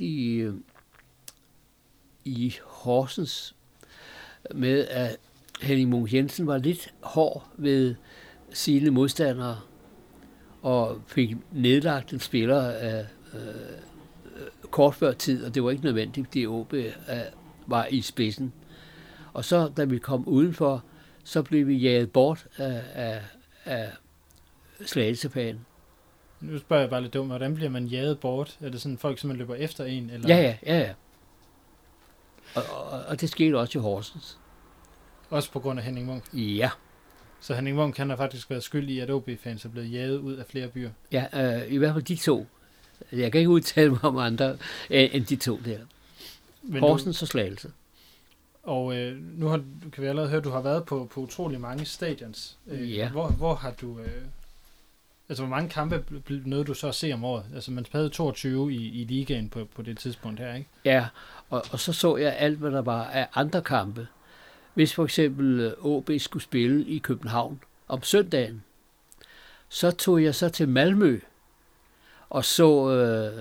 Speaker 7: i Horsens, med at Henning Munk Jensen var lidt hård ved sine modstandere, og fik nedlagt en spiller kort før tid, og det var ikke nødvendigt, fordi OB var i spidsen. Og så, da vi kom udenfor, så blev vi jaget bort af Slagelsefanen.
Speaker 6: Nu spørger jeg bare lidt dumt, hvordan bliver man jaget bort? Er det sådan folk, som man løber efter en? Eller?
Speaker 7: Ja. Og det skete også i Horsens.
Speaker 6: Også på grund af Henning Munk?
Speaker 7: Ja.
Speaker 6: Så Henning Munk kan have faktisk været skyld i, at OB-fans er blevet jaget ud af flere byer?
Speaker 7: Ja, i hvert fald de to. Jeg kan ikke udtale mig om andre end de to der. Horsens og Slagelse.
Speaker 6: Og nu kan vi allerede høre, at du har været på utrolig mange stadions.
Speaker 7: Ja.
Speaker 6: Hvor har du... hvor mange kampe nåede du så at se om året? Altså man havde 22 i ligaen på det tidspunkt her, ikke?
Speaker 7: Ja, og så jeg alt, hvad der var af andre kampe. Hvis for eksempel OB skulle spille i København om søndagen, så tog jeg så til Malmø og så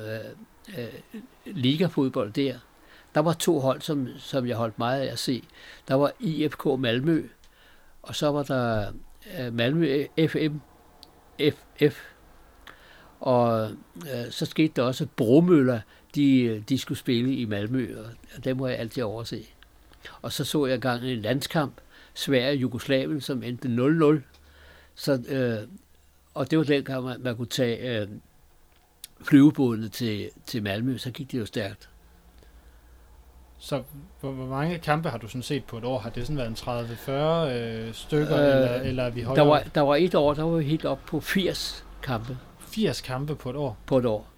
Speaker 7: ligafodbold der. Der var 2 hold, som jeg holdt meget af at se. Der var IFK Malmø, og så var der Malmø FF. Og så skete der også Bromøller, de skulle spille i Malmø, og dem må jeg altid overse. Og så jeg engang en landskamp, Sverige-Jugoslavien, som endte 0-0. Så, og det var dengang, man kunne tage flyvebådene til Malmø, så gik det jo stærkt.
Speaker 6: Så hvor mange kampe har du sådan set på et år? Har det sådan været en 30-40 stykker, eller er vi højere?
Speaker 7: Der var et år, der var vi helt op på 80 kampe.
Speaker 6: 80 kampe på et år?
Speaker 7: På et år.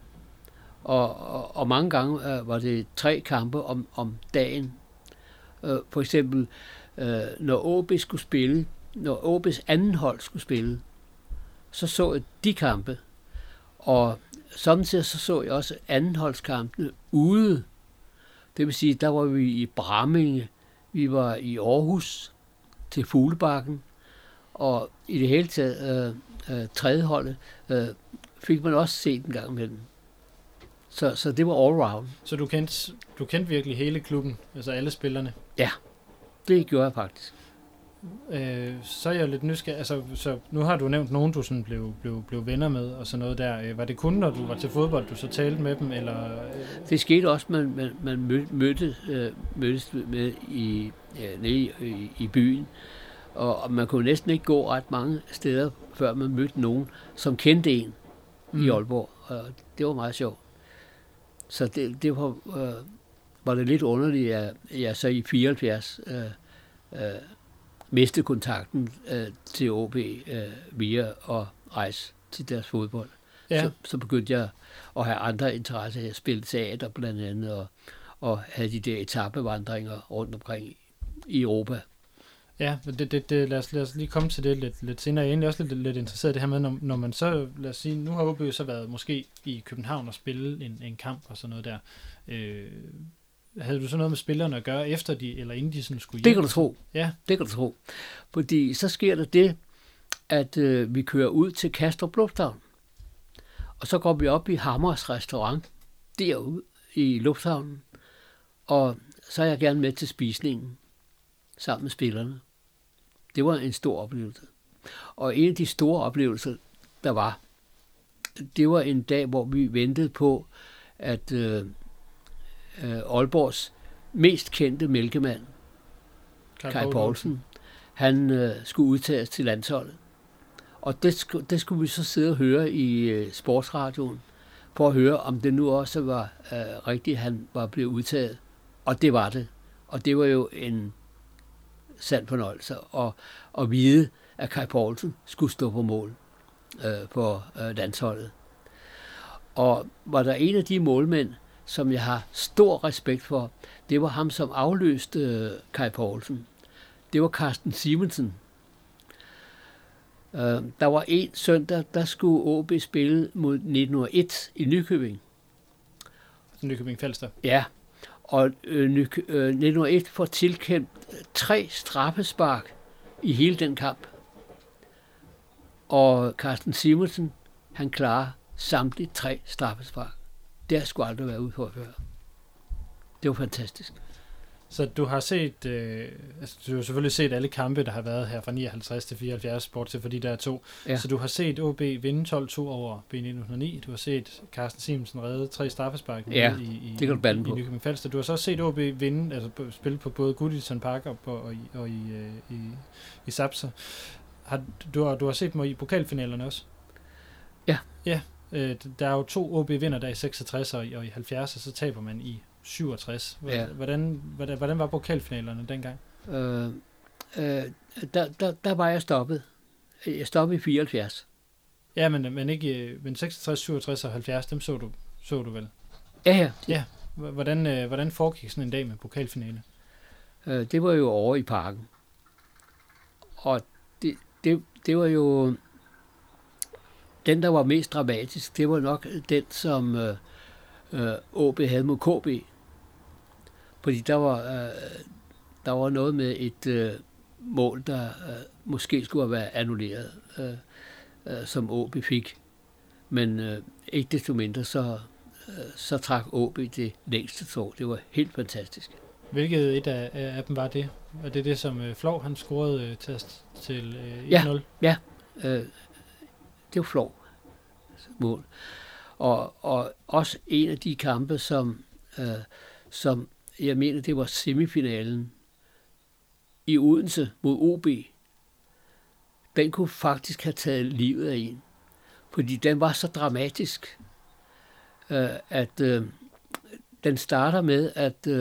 Speaker 7: Og mange gange var det 3 kampe om dagen. For eksempel, når OB skulle spille, når OB's anden hold skulle spille, så jeg de kampe. Og samtidig så jeg også andenholdskampene ude. Det vil sige, der var vi i Bramming, vi var i Aarhus til Fuglebakken, og i det hele taget tredje holdet fik man også set en gang imellem. Så det var all round.
Speaker 6: Så du kendte virkelig hele klubben, altså alle spillerne?
Speaker 7: Ja, det gjorde jeg faktisk.
Speaker 6: Så er jeg lidt nysgerrig. Altså, så nu har du nævnt nogen, du sådan blev venner med og sådan noget der. Var det kun, når du var til fodbold, du så talte med dem? Eller? Det
Speaker 7: skete også, man mødtes med nede i byen. Og man kunne næsten ikke gå ret mange steder, før man mødte nogen, som kendte en i Aalborg. Og det var meget sjovt. Så det var det lidt underligt, at jeg så i 74 mistede kontakten til OB via at rejse til deres fodbold.
Speaker 6: Ja.
Speaker 7: Så begyndte jeg at have andre interesser. Jeg spillede teater blandt andet, og havde de der etapevandringer rundt omkring i Europa.
Speaker 6: Ja, lad os lige komme til det lidt senere. Jeg er egentlig også lidt interesseret i det her med, når man så, lad os sige, nu har OB så været måske i København og spille en kamp og sådan noget der. Havde du så noget med spillerne at gøre efter eller inden de sådan skulle hjem?
Speaker 7: Det kan du tro.
Speaker 6: Ja.
Speaker 7: Det kan du tro. Fordi så sker der det, at vi kører ud til Kastrup Lufthavn. Og så går vi op i Hammers restaurant derude i lufthavnen. Og så er jeg gerne med til spisningen sammen med spillerne. Det var en stor oplevelse. Og en af de store oplevelser, der var, det var en dag, hvor vi ventede på, at Aalborgs mest kendte mælkemand, Kai Poulsen, han skulle udtages til landsholdet. Og det skulle vi så sidde og høre i sportsradioen, for at høre, om det nu også var rigtigt, han var blevet udtaget. Og det var det. Og det var jo en sand fornøjelse at vide, at Kai Poulsen skulle stå på mål for landsholdet. Og var der en af de målmænd, som jeg har stor respekt for, det var ham, som afløste Kai Poulsen. Det var Carsten Simonsen. Der var en søndag, der skulle AaB spille mod 1901 i Nykøbing.
Speaker 6: Nykøbing Falster.
Speaker 7: Ja, og 1901 får tilkæmpet 3 straffespark i hele den kamp. Og Carsten Simonsen, han klarer samtlige 3 straffespark. Det har sgu aldrig været ude for at høre. Det var fantastisk.
Speaker 6: Så du har set, du har selvfølgelig set alle kampe, der har været her fra 59 til 74, bortset for de der 2. Ja. Så du har set AaB vinde 12-2 over B1909. Du har set Carsten Simonsen redde 3 straffespark i Nykøbing Falster. Du har så set AaB vinde, altså spille på både Goodison Park og i Sapser. Du har set dem i pokalfinalerne også?
Speaker 7: Ja.
Speaker 6: Ja. Der er jo 2 AaB vinder der i 66 og i 70, og så taber man i 67. Hvordan var pokalfinalerne dengang?
Speaker 7: Der var jeg stoppet. Jeg stoppede i 74.
Speaker 6: Ja, men ikke, men 66, 67 og 70, dem så du vel?
Speaker 7: Ja.
Speaker 6: Hvordan foregik sådan en dag med pokalfinale?
Speaker 7: Det var jo over i parken. Og det var jo den, der var mest dramatisk. Det var nok den, som AaB havde mod KB. Fordi der var noget med et mål, der måske skulle have været annulleret, som AaB fik. Men ikke desto mindre, så trak AaB det længste tog. Det var helt fantastisk.
Speaker 6: Hvilket et af dem var det? Var det som Flov, han scorede til 1-0?
Speaker 7: Ja. Det var Flov mål. Og også en af de kampe, som jeg mener, det var semifinalen i Odense mod OB. Den kunne faktisk have taget livet af en. Fordi den var så dramatisk, at den starter med,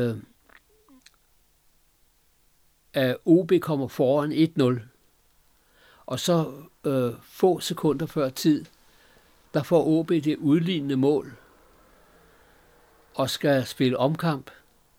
Speaker 7: at OB kommer foran 1-0. Og så få sekunder før tid, der får AaB det udlignende mål og skal spille omkamp.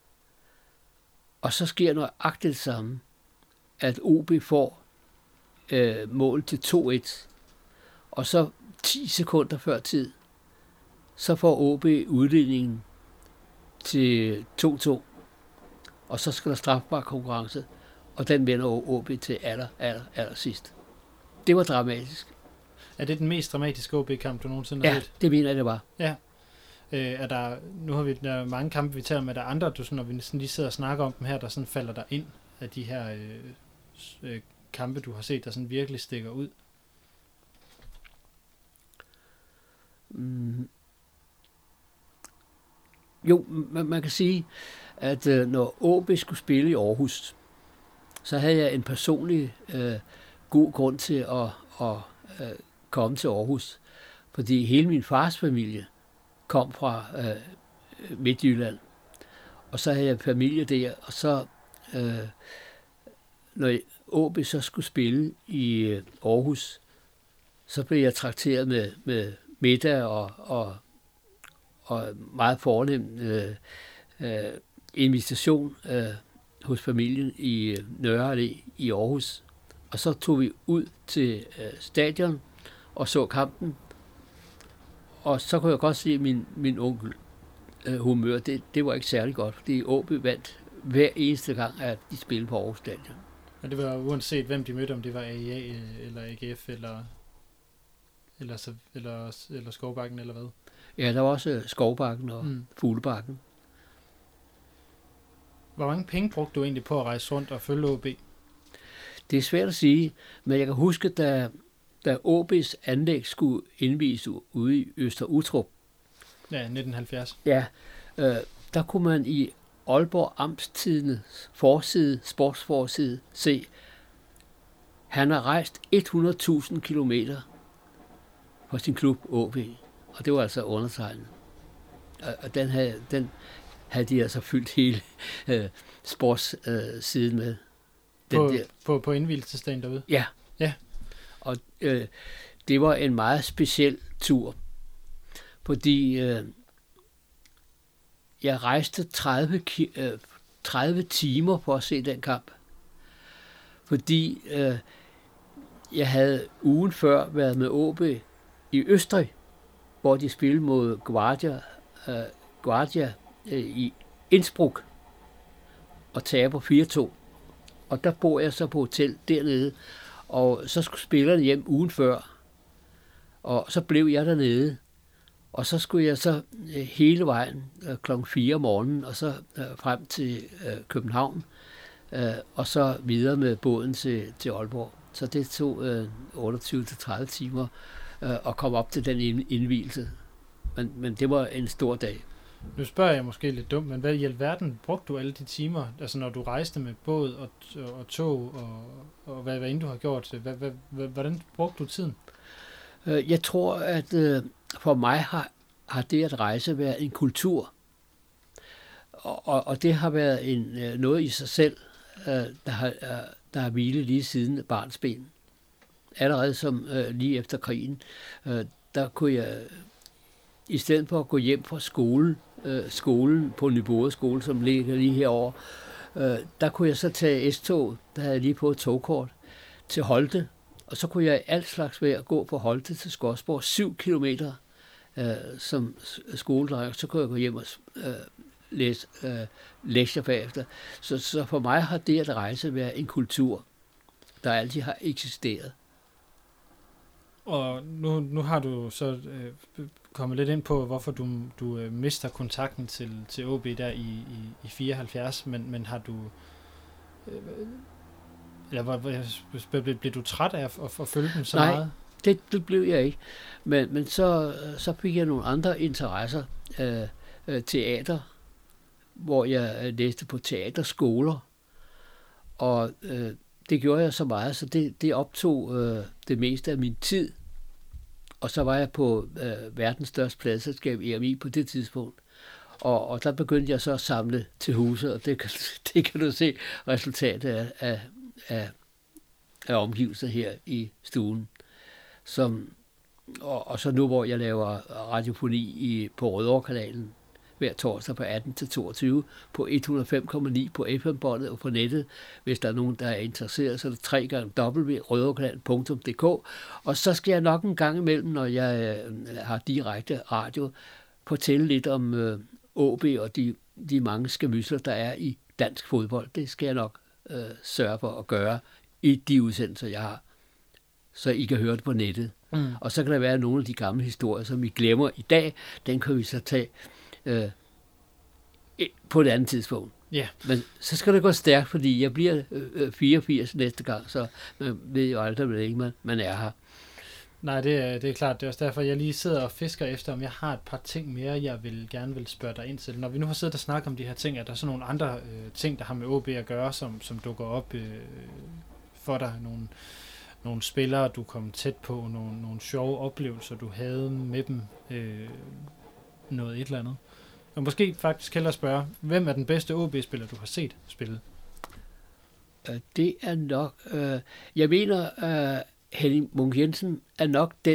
Speaker 7: Og så sker nøjagtigt det samme, at AaB får mål til 2-1. Og så 10 sekunder før tid, så får AaB udligningen til 2-2. Og så skal der strafbar konkurrence, og den vender AaB til aller sidst. Det var dramatisk.
Speaker 6: Er det den mest dramatiske AaB-kamp, du nogensinde har set?
Speaker 7: Ja, det mener jeg, det var.
Speaker 6: Ja. Nu har vi der mange kampe, vi taler med, der er andre, når vi lige sidder og snakker om dem her, der sådan falder der ind af de her kampe, du har set, der sådan virkelig stikker ud?
Speaker 7: Jo, man kan sige, at når AaB skulle spille i Aarhus, så havde jeg en personlig god grund til at komme til Aarhus. Fordi hele min fars familie kom fra Midtjylland. Og så havde jeg familie der, og så når AaB så skulle spille i Aarhus, så blev jeg trakteret med middag og meget fornem invitation hos familien i Nørre Allé i Aarhus. Og så tog vi ud til stadion og så kampen. Og så kunne jeg godt se min onkel humør. Det var ikke særlig godt, fordi AaB vandt hver eneste gang, at de spillede på Aarhus Stadion.
Speaker 6: Og det var uanset hvem de mødte, om det var AIA eller AGF eller Skovbakken eller hvad?
Speaker 7: Ja, der var også Skovbakken og Fuglebakken.
Speaker 6: Hvor mange penge brugte du egentlig på at rejse rundt og følge AaB?
Speaker 7: Det er svært at sige, men jeg kan huske, da AaB's anlæg skulle indvies ude i Øster Utrup.
Speaker 6: Ja, 1970.
Speaker 7: Ja, der kunne man i Aalborg Amtstidendes forside, sportsforside, se, han har rejst 100.000 kilometer for sin klub OB, og det var altså undertegnet. Og den havde de altså fyldt hele sportssiden med.
Speaker 6: På indvielsesdagen derude?
Speaker 7: Ja.
Speaker 6: Ja.
Speaker 7: Og det var en meget speciel tur, fordi jeg rejste 30 timer for at se den kamp, fordi jeg havde ugen før været med OB i Østrig, hvor de spillede mod Guardia i Innsbruck og taber 4-2. Og der bor jeg så på hotel dernede, og så skulle spillerne hjem ugen før, og så blev jeg dernede, og så skulle jeg så hele vejen klokken 4 om morgenen, og så frem til København, og så videre med båden til Aalborg. Så det tog 28-30 timer at komme op til den indvielse. Men det var en stor dag. Nu
Speaker 6: spørger jeg måske lidt dumt, men hvad i alverden brugte du alle de timer, altså når du rejste med båd og tog, og hvad end du har gjort? Hvordan brugte du tiden?
Speaker 7: Jeg tror, at for mig har det at rejse været en kultur, og det har været noget i sig selv, der har hvilet lige siden barnsben. Allerede som lige efter krigen, der kunne jeg, i stedet for at gå hjem fra skolen på Nyborg skole, som ligger lige herovre, der kunne jeg så tage S-tog, der havde jeg lige på et togkort, til Holte, og så kunne jeg i alt slags vejr gå fra Holte til Skodsborg, 7 kilometer som skoledreng, så kunne jeg gå hjem og læse lektier bagefter. Så for mig har det at rejse været en kultur, der altid har eksisteret.
Speaker 6: Og nu har du så kommet lidt ind på, hvorfor du mister kontakten til OB der i 74, men har du... Eller blev du træt af at følge dem så meget?
Speaker 7: Nej, det blev jeg ikke. Men så fik jeg nogle andre interesser. Teater, hvor jeg læste på teaterskoler. Og det gjorde jeg så meget, så det optog det meste af min tid. Og så var jeg på verdens største pladeselskab, EMI, på det tidspunkt. Og der begyndte jeg så at samle til huset, og det kan du se resultatet af omgivelser her i stuen. Og så nu, hvor jeg laver radiofoni på Rødovre-kanalen hver torsdag på 18-22 på 105,9 på FM-båndet og på nettet. Hvis der er nogen, der er interesseret, så er det www.rødovrekanalen.dk. Og så skal jeg nok en gang imellem, når jeg har direkte radio, fortælle lidt om OB og de mange skamysler, der er i dansk fodbold. Det skal jeg nok sørge for at gøre i de udsendelser, jeg har, så I kan høre det på nettet. Og så kan der være nogle af de gamle historier, som I glemmer i dag. Den kan vi så tage på et andet tidspunkt.
Speaker 6: Yeah.
Speaker 7: Men så skal det gå stærkt, fordi jeg bliver 84 næste gang, så man ved jo aldrig, hvordan man er her.
Speaker 6: Nej, det er klart. Det er også derfor, jeg lige sidder og fisker efter, om jeg har et par ting mere, jeg gerne vil spørge dig ind til. Når vi nu har siddet og snakket om de her ting, er der så nogle andre ting, der har med OB at gøre, som dukker op for dig? Nogle spillere, du kom tæt på, nogle sjove oplevelser, du havde med dem, noget et eller andet? Og måske faktisk hellere spørge, hvem er den bedste OB-spiller, du har set spille?
Speaker 7: Det er nok... jeg mener, Henning Munk Jensen er nok den,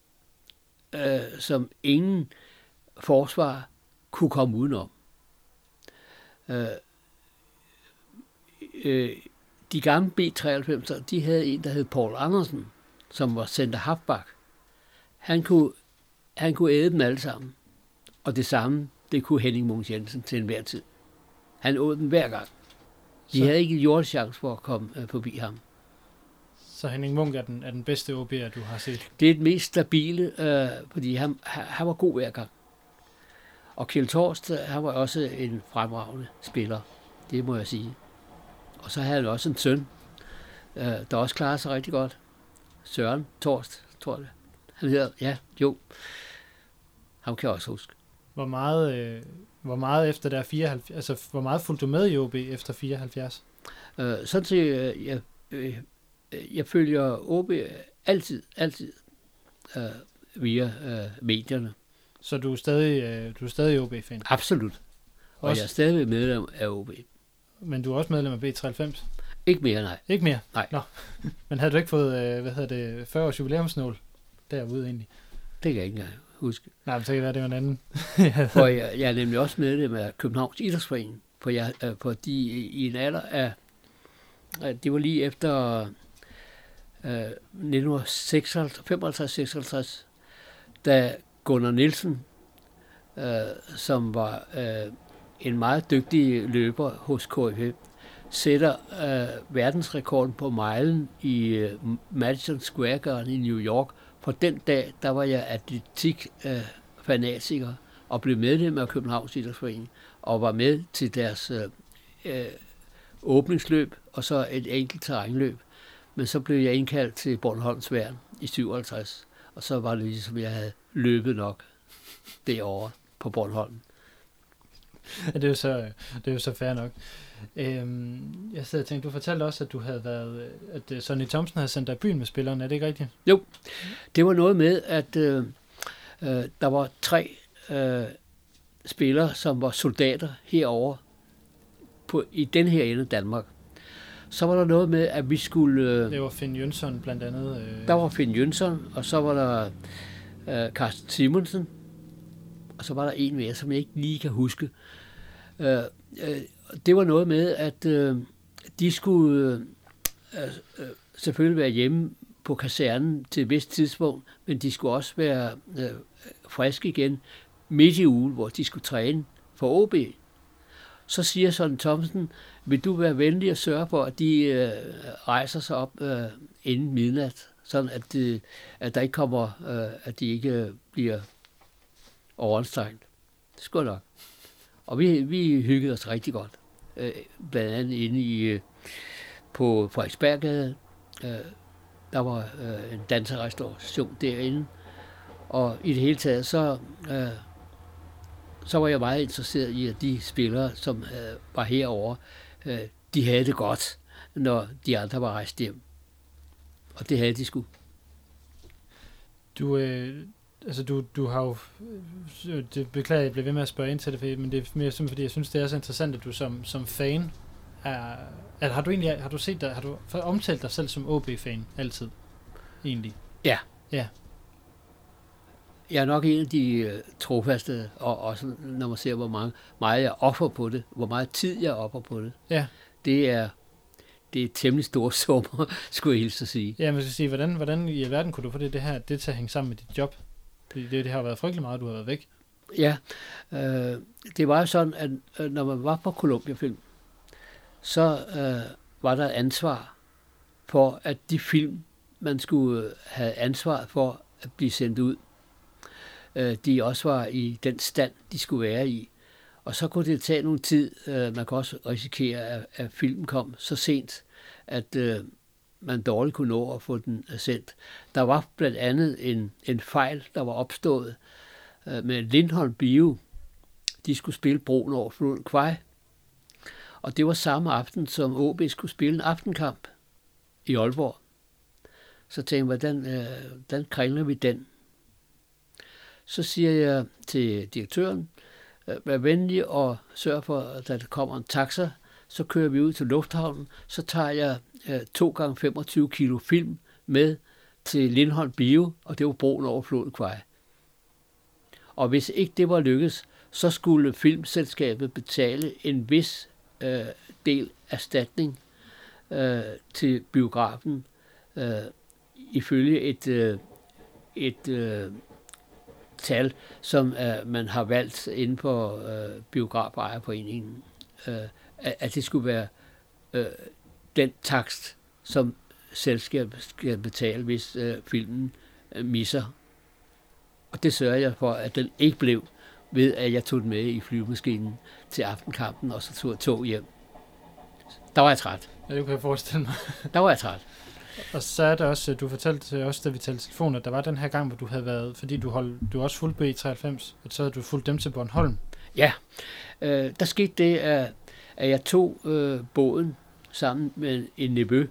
Speaker 7: som ingen forsvar kunne komme udenom. De gamle B93'er, de havde en, der hed Paul Andersen, som var center halfback. Han kunne æde dem alle sammen. Og det samme, det kunne Henning Munk Jensen til enhver tid. Han åd dem hver gang. De havde ikke en jordchance for at komme forbi ham.
Speaker 6: Så Henning Munk er den bedste OB'er, du har set?
Speaker 7: Det er den mest stabile, fordi han var god hver gang. Og Kjeld Torst, han var også en fremragende spiller. Det må jeg sige. Og så havde han også en søn, der også klarede sig rigtig godt. Søren Torst, tror jeg. Han hedder, ham kan jeg også huske.
Speaker 6: Hvor meget Hvor meget efter der 74, altså hvor meget fulgte du med i OB efter 74?
Speaker 7: Sådan set, jeg følger OB altid via medierne.
Speaker 6: Så du er stadig OB-fan?
Speaker 7: Absolut. Og
Speaker 6: Også,
Speaker 7: jeg er stadig medlem af OB.
Speaker 6: Men du er også medlem af B93?
Speaker 7: Ikke mere, nej.
Speaker 6: Ikke mere?
Speaker 7: Nej.
Speaker 6: Nå. Men havde du ikke fået, 40-års jubilæumsnål derude egentlig?
Speaker 7: Det kan jeg ikke engang huske.
Speaker 6: Nej, men så kan det være, det var en anden.
Speaker 7: For jeg er nemlig også medlem af Københavns Idrætsforening. Fordi i en alder af... Det var lige efter 1955-56, da Gunnar Nielsen, som var en meget dygtig løber hos KFF, sætter verdensrekorden på milen i Madison Square Garden i New York. På den dag, der var jeg atletik-fanatiker og blev medlem af Københavns Idrætsforening og var med til deres åbningsløb og så et enkelt terrænløb. Men så blev jeg indkaldt til Bornholms Værn i 57, og så var det ligesom, jeg havde løbet nok derovre på Bornholm.
Speaker 6: Ja, det er jo så fair nok. Jeg sidder og tænkte, du fortalte også, at du havde været, at Sonny Thomsen havde sendt dig i byen med spillerne, er det ikke rigtigt?
Speaker 7: Jo, det var noget med, at der var 3 spillere, som var soldater herovre i den her ende af Danmark. Så var der noget med, at vi skulle...
Speaker 6: Det var Finn Jønsson blandt andet.
Speaker 7: Der var Finn Jønsson, og så var der Carsten Simonsen, og så var der en mere, som jeg ikke lige kan huske. Det var noget med, at de skulle selvfølgelig være hjemme på kasernen til et vist tidspunkt, men de skulle også være friske igen midt i ugen, hvor de skulle træne for OB. Så siger Sonny Thomsen, vil du være venlig at sørge for, at de rejser sig op inden midnat, sådan at der ikke kommer, at de ikke bliver overanstrengt. Det skulle nok. Og vi hyggede os rigtig godt. Blandt andet inde på Frederiksberggade. Der var en danserrestauration derinde. Og i det hele taget, så var jeg meget interesseret i, at de spillere, som var herovre, de havde det godt, når de andre var rejst hjem. Og det havde de sgu.
Speaker 6: Du har jo... Det beklager, jeg bliver ved med at spørge ind til det, men det er mere simpelthen, fordi jeg synes, det er så interessant, at du som fan har du set dig, har du omtalt dig selv som OB-fan altid? Egentlig?
Speaker 7: Ja.
Speaker 6: Ja.
Speaker 7: Jeg er nok en af de trofaste, og også når man ser, hvor meget jeg offer på det, hvor meget tid jeg offer på det.
Speaker 6: Ja.
Speaker 7: Det er temmelig store summer, skulle jeg hilse at sige.
Speaker 6: Ja, man skal sige, hvordan i alverden kunne du få det til at hænge sammen med dit job? Det har været frygtelig meget, du har været væk.
Speaker 7: Ja, det var jo sådan, at når man var på Columbia Film, så var der ansvar for, at de film, man skulle have ansvar for at blive sendt ud, de også var i den stand, de skulle være i. Og så kunne det tage nogle tid. Man kan også risikere, at filmen kom så sent, at man dårligt kunne nå at få den sendt. Der var blandt andet en fejl, der var opstået med Lindholm Bio. De skulle spille Broen over floden Kwai. Og det var samme aften, som OB skulle spille en aftenkamp i Aalborg. Så tænkte jeg, hvordan kringler vi den? Så siger jeg til direktøren, vær venlig og sørg for, at der kommer en taxa, så kører vi ud til lufthavnen, så tager jeg 2x25 kilo film med til Lindholm Bio, og det var Broen over floden Kwai. Og hvis ikke det var lykkes, så skulle filmselskabet betale en vis del erstatning til biografen, ifølge et tal, som man har valgt inden for Biografejerforeningen, at det skulle være den takst, som selskabet skal betale, hvis filmen misser. Og det sørger jeg for, at den ikke blev, ved at jeg tog den med i flyvemaskinen til aftenkampen, og så tog jeg tog hjem. Der var jeg træt.
Speaker 6: Ja, det kan jeg forestille mig.
Speaker 7: Der var jeg træt.
Speaker 6: Og så er der også, du fortalte også, da vi talte telefon, at der var den her gang, hvor du havde været, fordi du også fulgte B93, at så havde du fulgt dem til Bornholm.
Speaker 7: Ja, der skete det, at jeg tog båden sammen med en nevø,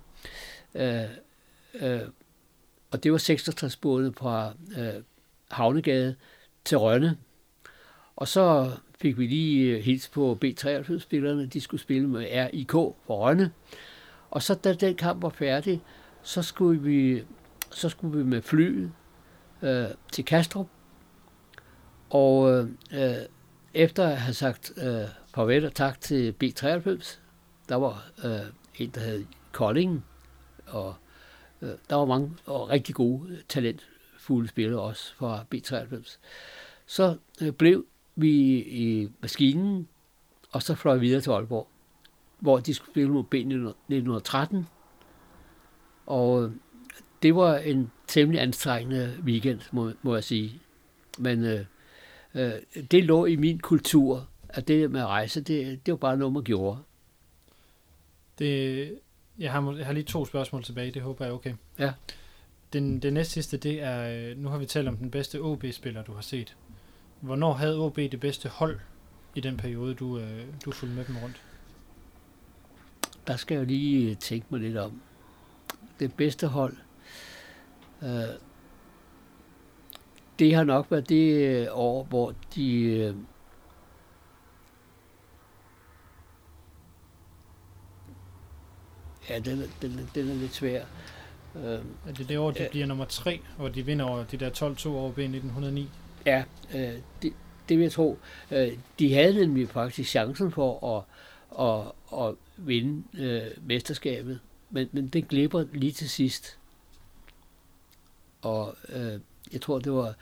Speaker 7: og det var 66-båden fra Havnegade til Rønne. Og så fik vi lige hils på B93-spillerne, de skulle spille med RIK for Rønne. Og så da den kamp var færdig, så skulle vi med flyet til Kastrup. Og efter at have sagt farvel og tak til B93, der var en, der hed Kolding, og der var mange og rigtig gode, talentfulde spillere også fra B93. Så blev vi i maskinen, og så fløj videre til Aalborg, hvor de skulle spille mod B1913. Og det var en temmelig anstrengende weekend, må jeg sige. Men det lå i min kultur, at det med at rejse, det var bare noget, man gjorde.
Speaker 6: Jeg har lige 2 spørgsmål tilbage, det håber jeg er okay.
Speaker 7: Ja.
Speaker 6: Det næste sidste, det er, nu har vi talt om den bedste OB-spiller, du har set. Hvornår havde OB det bedste hold i den periode, du fulgte med dem rundt?
Speaker 7: Der skal jeg lige tænke mig lidt om. Det bedste hold, det har nok været det år, hvor de ja, den er lidt svær.
Speaker 6: Er det det år, de bliver nummer 3, og de vinder over de der 12-2 over B 1909?
Speaker 7: Ja, det vil jeg tro. De havde nemlig faktisk chancen for at vinde mesterskabet, men det glipper lige til sidst. Og jeg tror, det var...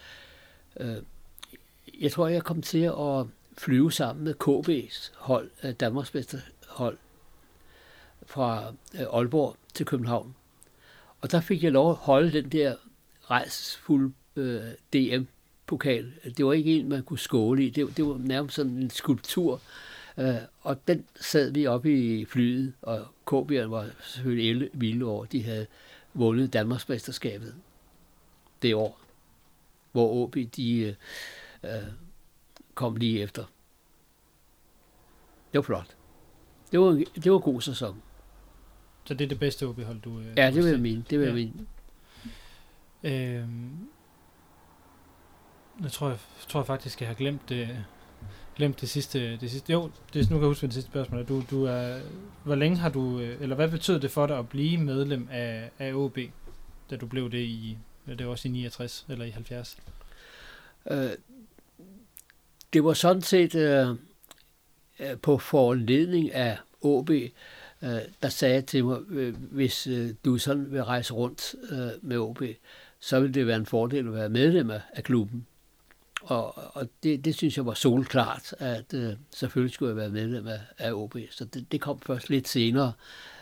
Speaker 7: jeg tror, jeg kom til at flyve sammen med KB's hold, Danmarksmesterhold, fra Aalborg til København. Og der fik jeg lov at holde den der rejsfulde DM-pokal. Det var ikke en, man kunne skåle i. Det var nærmest sådan en skulptur. Og den sad vi oppe i flyet, og KB'erne var selvfølgelig vilde over. De havde vundet Danmarksmesterskabet det år, hvor OB de kom lige efter. Det var flot. Det var en god sæson.
Speaker 6: Så det er det bedste OB-hold, du...
Speaker 7: Ja, det vil jeg mene.
Speaker 6: Jeg tror faktisk, jeg har glemt det sidste. Jo, nu kan jeg huske det sidste spørgsmål. Hvor længe har du... Eller hvad betød det for dig at blive medlem af OB, da du blev det i... Det var også i 69 eller i 70?
Speaker 7: Det var sådan set på foranledning af OB, der sagde til mig, hvis du sådan vil rejse rundt med OB, så ville det være en fordel at være medlem af klubben. Og det synes jeg var solklart, at selvfølgelig skulle jeg være medlem af OB. Så det kom først lidt senere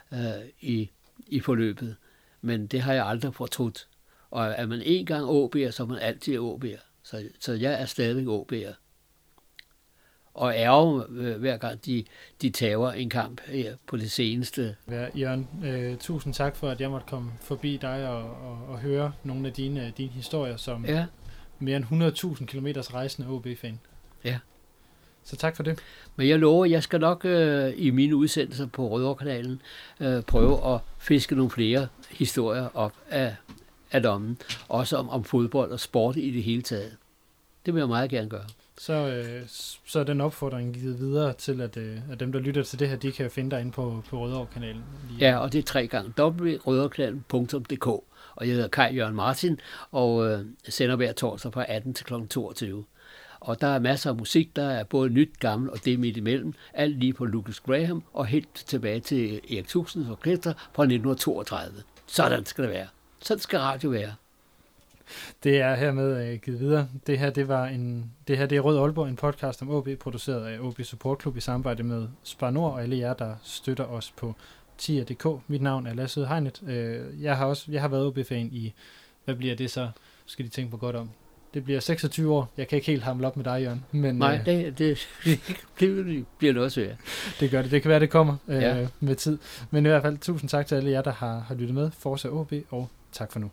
Speaker 7: i forløbet. Men det har jeg aldrig fortrudt. Og er man en gang OB'er, så er man altid OB'er. Så jeg er stadig OB'er. Og ærger hver gang de tager en kamp her på det seneste.
Speaker 6: Ja, Jørgen, tusind tak for, at jeg måtte komme forbi dig og høre nogle af dine historier som mere end 100.000 kilometers rejsende OB-fan.
Speaker 7: Ja.
Speaker 6: Så tak for det. Men
Speaker 7: jeg lover, jeg skal nok i mine udsendelser på Rødovre-kanalen prøve at fiske nogle flere historier op af dommen. Også om fodbold og sport i det hele taget. Det vil jeg meget gerne gøre.
Speaker 6: Så er den opfordring givet videre til, at dem, der lytter til det her, de kan finde dig inde på Rødovre-kanalen.
Speaker 7: Ja, og det er 3 gange www.rødovrekanalen.dk. Og jeg hedder Kai Jørgen Martin, og sender hver torsdag fra 18 til kl. 22. Og der er masser af musik, der er både nyt, gammel og det midt imellem. Alt lige på Lucas Graham og helt tilbage til Erik Tuxens orkester fra 1932. Sådan skal det være. Sådan skal radio være.
Speaker 6: Det er hermed givet videre. Det her er Rød Aalborg, en podcast om OB, produceret af OB Support Club i samarbejde med Spar Nord og alle jer, der støtter os på tier.dk. Mit navn er Lasse Udhegnet. Jeg har været OB-fan i, hvad bliver det så? Skal de tænke på godt om. Det bliver 26 år. Jeg kan ikke helt hamle op med dig, Jørgen. Men,
Speaker 7: nej, det bliver noget svært.
Speaker 6: Det gør det. Det kan være, det kommer med tid. Men i hvert fald, tusind tak til alle jer, der har lyttet med. Forza OB, og tak for nu.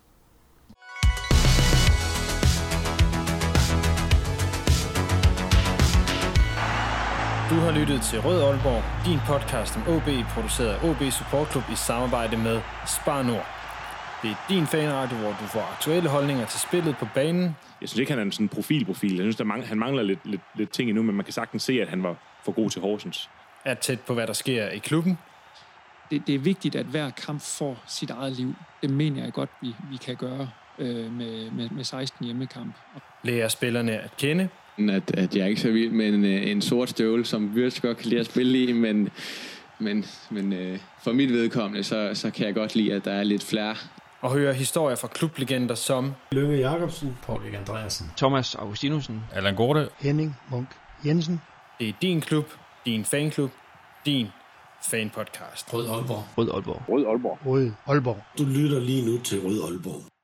Speaker 2: har lyttet til Rød Aalborg, din podcast om OB, produceret af OB Support Club i samarbejde med Spar Nord. Det er din fanradio, hvor du får aktuelle holdninger til spillet på banen.
Speaker 3: Jeg synes ikke, han er sådan en profil. Jeg synes, han mangler lidt ting endnu, men man kan sagtens se, at han var for god til Horsens.
Speaker 2: Er tæt på, hvad der sker i klubben.
Speaker 4: Det er vigtigt, at hver kamp får sit eget liv. Det mener jeg godt, vi kan gøre med 16 hjemmekamp.
Speaker 2: Lærer spillerne at kende.
Speaker 8: At jeg er ikke så vild med en sort støvle, som Wirtz godt kan lide at spille i, men for mit vedkommende, så kan jeg godt lide, at der er lidt flere.
Speaker 2: Og høre historier fra klublegender som
Speaker 1: Lønge Jacobsen,
Speaker 9: Paul Erik Andreasen,
Speaker 10: Thomas Augustinussen,
Speaker 9: Allan Gorte,
Speaker 5: Henning Munk Jensen.
Speaker 2: det er din klub, din fanklub, din fanpodcast.
Speaker 9: Rød Aalborg.
Speaker 10: Rød Aalborg.
Speaker 4: Rød Aalborg.
Speaker 5: Rød Aalborg.
Speaker 1: Du lytter lige nu til Rød Aalborg.